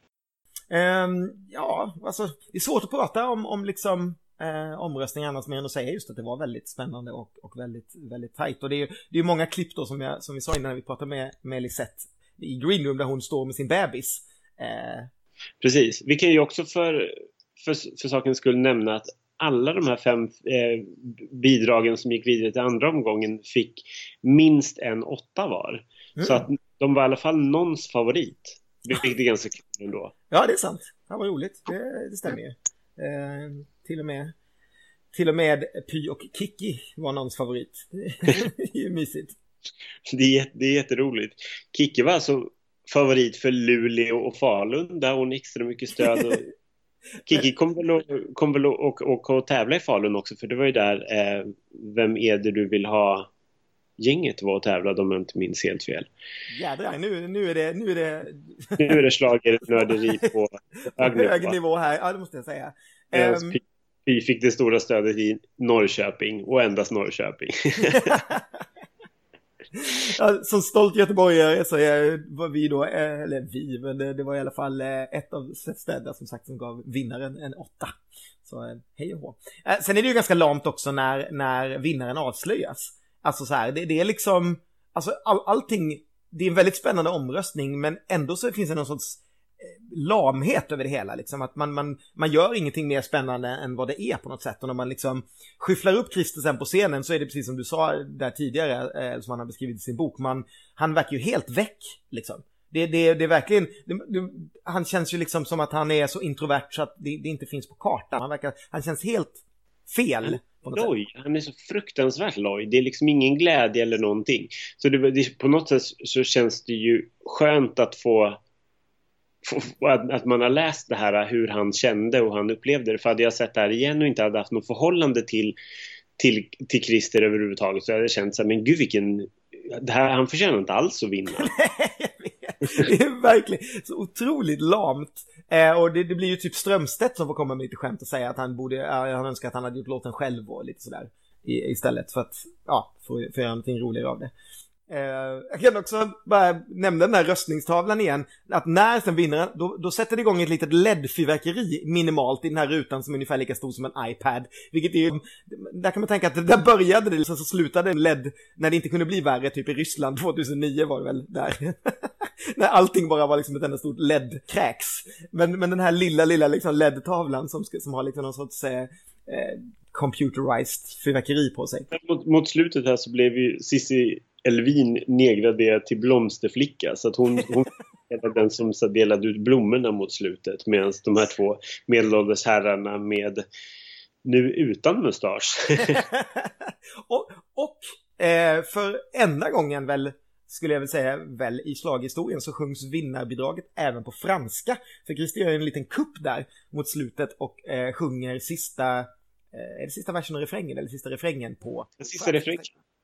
Um, ja, alltså det är svårt att prata om, om liksom eh, omröstningar annars mer än att säga just att det var väldigt spännande och, och väldigt, väldigt tajt. Och det är ju det är många klipp då som, jag, som vi sa innan när vi pratade med, med Lisette i Green Room där hon står med sin bebis. Eh. Precis. Vi kan ju också för, för, för sakens skull nämna att alla de här fem eh, bidragen som gick vidare till andra omgången fick minst en åtta var. Mm. Så att de var i alla fall någons favorit. Vilket är ganska kul ändå. Ja, det är sant. Det var roligt. Det, det stämmer ju. Eh, till och med till och med Py och Kikki var någons favorit. Det är ju mysigt. Det är, det är jätteroligt. Kikki var alltså favorit för Luleå och Falun. Där hon extra mycket stöd och Kikki kom väl och, kom väl och, och, och, och tävla i Falun också. För det var ju där eh, Vem är det du vill ha gänget var och tävlade, om jag inte minns helt fel. Jädrar, nu, nu är det nu är det nu är det schlagernörderi på hög nivå. hög nivå här, ja det måste jag säga. Um... Vi fick det stora stödet i Norrköping och endast Norrköping. Ja, som stolt göteborgare så är, var vi då, eller vi, men det, det var i alla fall ett av städer som sagt som gav vinnaren en åtta. Så hej och hå. Sen är det ju ganska lamt också när, när vinnaren avslöjas. Alltså så här, det, det är liksom, alltså all, allting, det är en väldigt spännande omröstning, men ändå så finns det någon sorts lamhet över det hela liksom, att man, man, man gör ingenting mer spännande än vad det är på något sätt. Och när man liksom skyfflar upp Christer sen på scenen så är det precis som du sa där tidigare, eh, som han har beskrivit i sin bok, man, han verkar ju helt väck liksom. Det, det, det är verkligen det, det, han känns ju liksom som att han är så introvert så att det, det inte finns på kartan. Han verkar, han känns helt fel på något loj, sätt. Han är så fruktansvärt loj. Det är liksom ingen glädje eller någonting. Så det, det, på något sätt så känns det ju skönt att få Att, att man har läst det här, hur han kände och han upplevde det. För hade jag sett det här igen och inte hade haft något förhållande till, till, till Christer överhuvudtaget så hade jag känt så här, men gud vilken, det här, han förtjänar inte alls att vinna. Det är verkligen så otroligt lamt. Eh, och det, det blir ju typ Strömstedt som får komma med lite skämt och säga att han borde, ja, han önskar att han hade gjort låten själv och lite sådär i, istället för att, ja, få, få göra någonting roligare av det. Eh, jag kan också bara nämna den här röstningstavlan igen, att när sen vinner då, då sätter det igång ett litet L E D-fyrverkeri minimalt i den här rutan som är ungefär lika stor som en iPad, vilket är ju, där kan man tänka att det där började det, sen så slutade en L E D när det inte kunde bli värre, typ i Ryssland tjugohundranio var det väl där när allting bara var liksom ett enda stort L E D-kräks, men, men den här lilla lilla liksom L E D-tavlan som, som har liksom någon sorts eh, computerized fyrverkeri på sig. Mot, mot slutet här så blev ju Cissi Elvin nedgraderad till blomsterflicka, så att hon, hon var den som så delade ut blommorna mot slutet, medan de här två medelålders herrarna med nu utan mustasch. och och eh, för enda gången väl skulle jag väl säga väl i slaghistorien så sjungs vinnarbidraget även på franska, för Christer gör en liten kupp där mot slutet och eh, sjunger sista eh, är det sista versen och refrängen eller sista refrängen på den sista refrängen.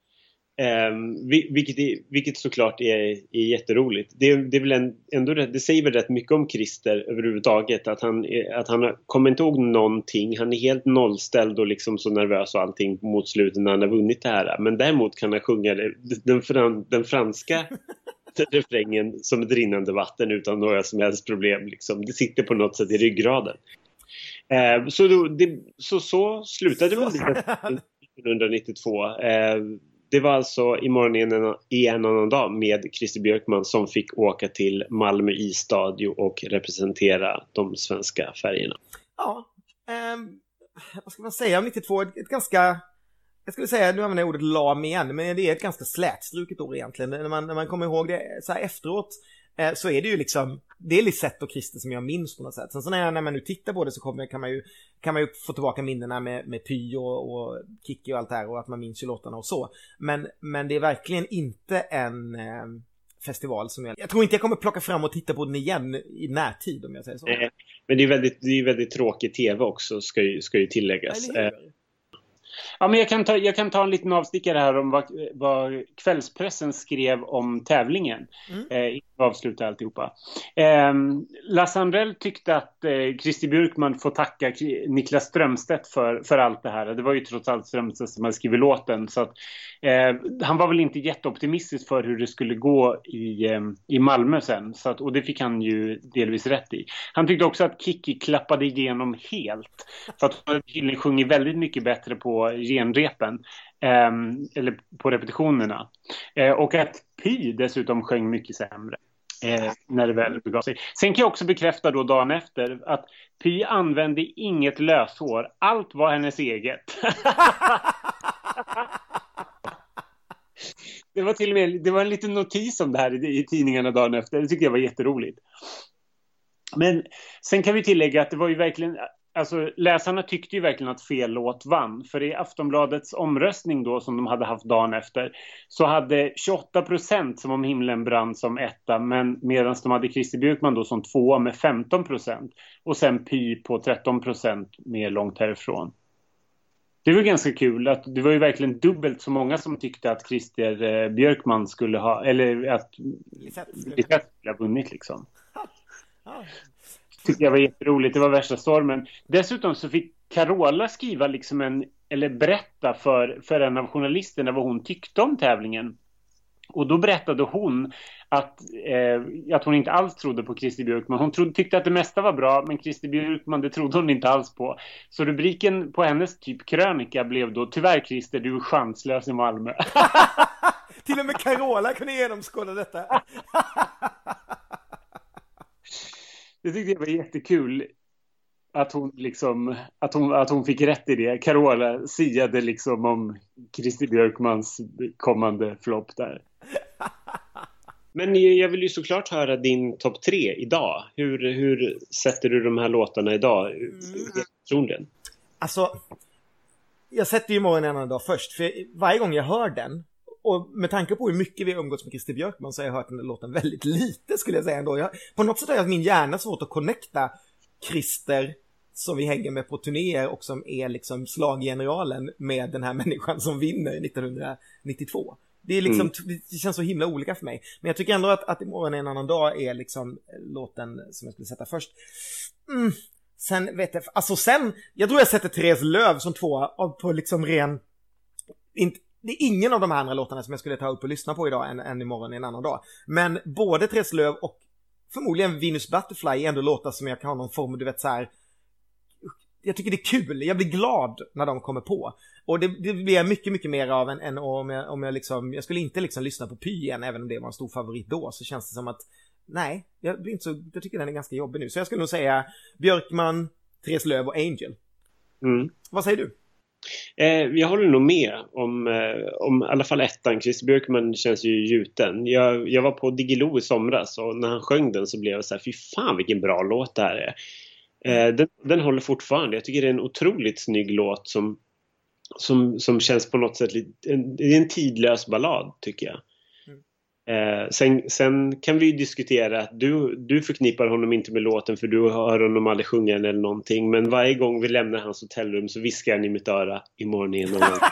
Um, vilket, är, vilket såklart är, är jätteroligt. Det, det, är väl en, ändå, det säger väl rätt mycket om Christer överhuvudtaget, att han, att han kommer inte ihåg någonting. Han är helt nollställd och liksom så nervös och allting mot slutet när han har vunnit det här. Men däremot kan han sjunga det, den, den, den franska refrängen som ett rinnande vatten utan några som helst problem. Liksom. Det sitter på något sätt i ryggraden. Uh, så, då, det, så så slutade väl nittonhundranittiotvå. Uh, Det var alltså imorgon i en, i en annan dag med Christer Björkman som fick åka till Malmö isstadio och representera de svenska färgerna. Ja, eh, vad ska man säga om nittiotvå? Ett, ett ganska, jag skulle säga, nu använder jag ordet lam igen, men det är ett ganska slätstruket år egentligen. När man, när man kommer ihåg det så här efteråt eh, så är det ju liksom, det är Lisette och Christer som jag minns på något sätt. Sen så när, jag, när man nu tittar på det så kommer, kan, man ju, kan man ju få tillbaka minnena med, med Py och, och Kikki och allt det här och att man minns ju låtarna och så. Men, men det är verkligen inte en eh, festival som jag... Jag tror inte jag kommer plocka fram och titta på den igen i närtid om jag säger så. Nej, men det är väldigt, det är väldigt tråkig tv också ska ju, ska ju tilläggas. Ja, Ja, men jag kan ta, jag kan ta en liten avstickare här om vad, vad kvällspressen skrev om tävlingen. Mm. Eh, avsluta alltihopa. Eh, Lasse Andrell tyckte att eh, Christer Björkman får tacka Niklas Strömstedt för, för allt det här. Det var ju trots allt Strömstedt som hade skrivit låten. Så att, eh, han var väl inte jätteoptimistisk för hur det skulle gå i, eh, i Malmö sen. Så att, och det fick han ju delvis rätt i. Han tyckte också att Kikki klappade igenom helt. För att han tydligen sjunger väldigt mycket bättre på genrepen. Eh, eller på repetitionerna. Eh, och att Py dessutom sjöng mycket sämre. Eh, när det väl begav sig. Sen kan jag också bekräfta då dagen efter att Py använde inget löshår. Allt var hennes eget. Det var till och med det var en liten notis om det här i, i tidningarna dagen efter. Det tycker jag var jätteroligt. Men sen kan vi tillägga att det var ju verkligen, alltså läsarna tyckte ju verkligen att fel låt vann. För i Aftonbladets omröstning då som de hade haft dagen efter så hade tjugoåtta procent som om himlen brann som etta, men medan de hade Christer Björkman då som tvåa med femton procent och sen Py på tretton procent mer långt härifrån. Det var ganska kul att det var ju verkligen dubbelt så många som tyckte att Christer Björkman skulle ha, eller att Lisette skulle ha vunnit liksom. Tyckte jag var jätteroligt, det var värsta stormen. Dessutom så fick Carola skriva liksom en, eller berätta för, för en av journalisterna vad hon tyckte om tävlingen. Och då berättade hon att, eh, att hon inte alls trodde på Christer Björkman. Hon trodde, tyckte att det mesta var bra, men Christer Björkman, det trodde hon inte alls på. Så rubriken på hennes typ krönika blev då: tyvärr Christer, du är chanslös i Malmö. Till och med Carola kunde genomskåda detta. Det tyckte jag var jättekul att hon liksom att hon att hon fick rätt i det. Carola siade liksom om Christer Björkmans kommande flopp där. Men jag vill ju såklart höra din topp tre idag. Hur, hur sätter du de här låtarna idag? Mm. Alltså, jag sätter ju morgon en annan dag först. För varje gång jag hör den, och med tanke på hur mycket vi har umgåtts med Christer Björkman, så har jag hört den låten väldigt lite skulle jag säga ändå. Jag, på något sätt har jag min hjärna svårt att connecta Christer som vi hänger med på turnéer och som är liksom slaggeneralen med den här människan som vinner nittonhundranittiotvå. Det är liksom, mm. det känns så himla olika för mig. Men jag tycker ändå att, att Imorgon är en annan dag är liksom låten som jag skulle sätta först. Mm. Sen vet jag, alltså sen, jag tror jag sätter Therese Löv som två på liksom ren, inte, det är ingen av de här andra låtarna som jag skulle ta upp och lyssna på idag än, än Imorgon är en annan dag. Men både Therese Löv och förmodligen Venus Butterfly är ändå låtar som jag kan ha någon form, du vet så här. Jag tycker det är kul, jag blir glad när de kommer på. Och det, det blir jag mycket, mycket mer av än, än om, jag, om jag liksom, jag skulle inte liksom lyssna på Py igen, även om det var en stor favorit då, så känns det som att, nej, jag blir inte så, jag tycker den är ganska jobbig nu. Så jag skulle nog säga Björkman, Therese Löv och Angel. Mm. Vad säger du? Eh, jag håller nog med om, eh, om i alla fall ettan. Christer Björkman känns ju gjuten. Jag, jag var på Diggiloo i somras och när han sjöng den så blev jag så här, fy fan vilken bra låt det här är. Eh, den, den håller fortfarande. Jag tycker det är en otroligt snygg låt som, som, som känns på något sätt lite, en, det är en tidlös ballad tycker jag. Eh, sen, sen kan vi ju diskutera att du, du förknippar honom inte med låten för du hör honom aldrig sjunga eller någonting, men varje gång vi lämnar hans hotellrum så viskar han i mitt öra Imorgon är en annan dag.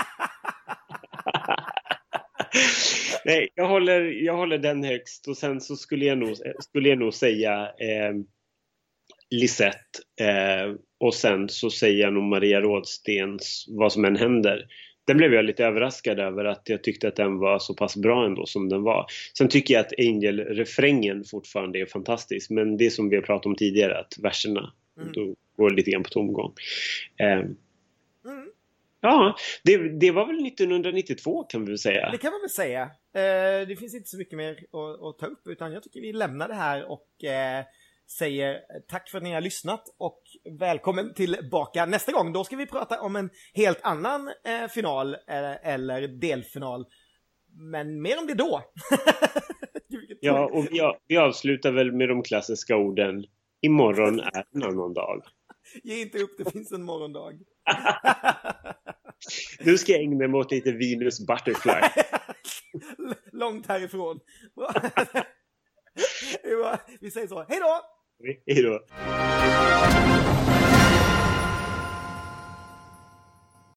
Nej, jag håller, jag håller den högst och sen så skulle jag nog, skulle jag nog säga eh, Lisette eh, och sen så säger jag nog Maria Rådstens Vad som än händer. Den blev jag lite överraskad över att jag tyckte att den var så pass bra ändå som den var. Sen tycker jag att Angel-refrängen fortfarande är fantastisk. Men det som vi har pratat om tidigare, att verserna mm. då går lite grann på tomgång. Eh, mm. Ja, det, det var väl nittonhundranittiotvå kan vi väl säga. Det kan man väl säga. Eh, det finns inte så mycket mer att, att ta upp, utan jag tycker vi lämnar det här och... Eh, säger tack för att ni har lyssnat och välkommen tillbaka nästa gång. Då ska vi prata om en helt annan eh, final eh, eller delfinal. Men mer om det då. Ja, och vi, vi avslutar väl med de klassiska orden Imorgon är en annan dag. Ge inte upp, det finns en morgondag. Nu ska jag ägna mig åt lite Venus Butterfly. Långt härifrån. Vi säger så, hej då! Hej då!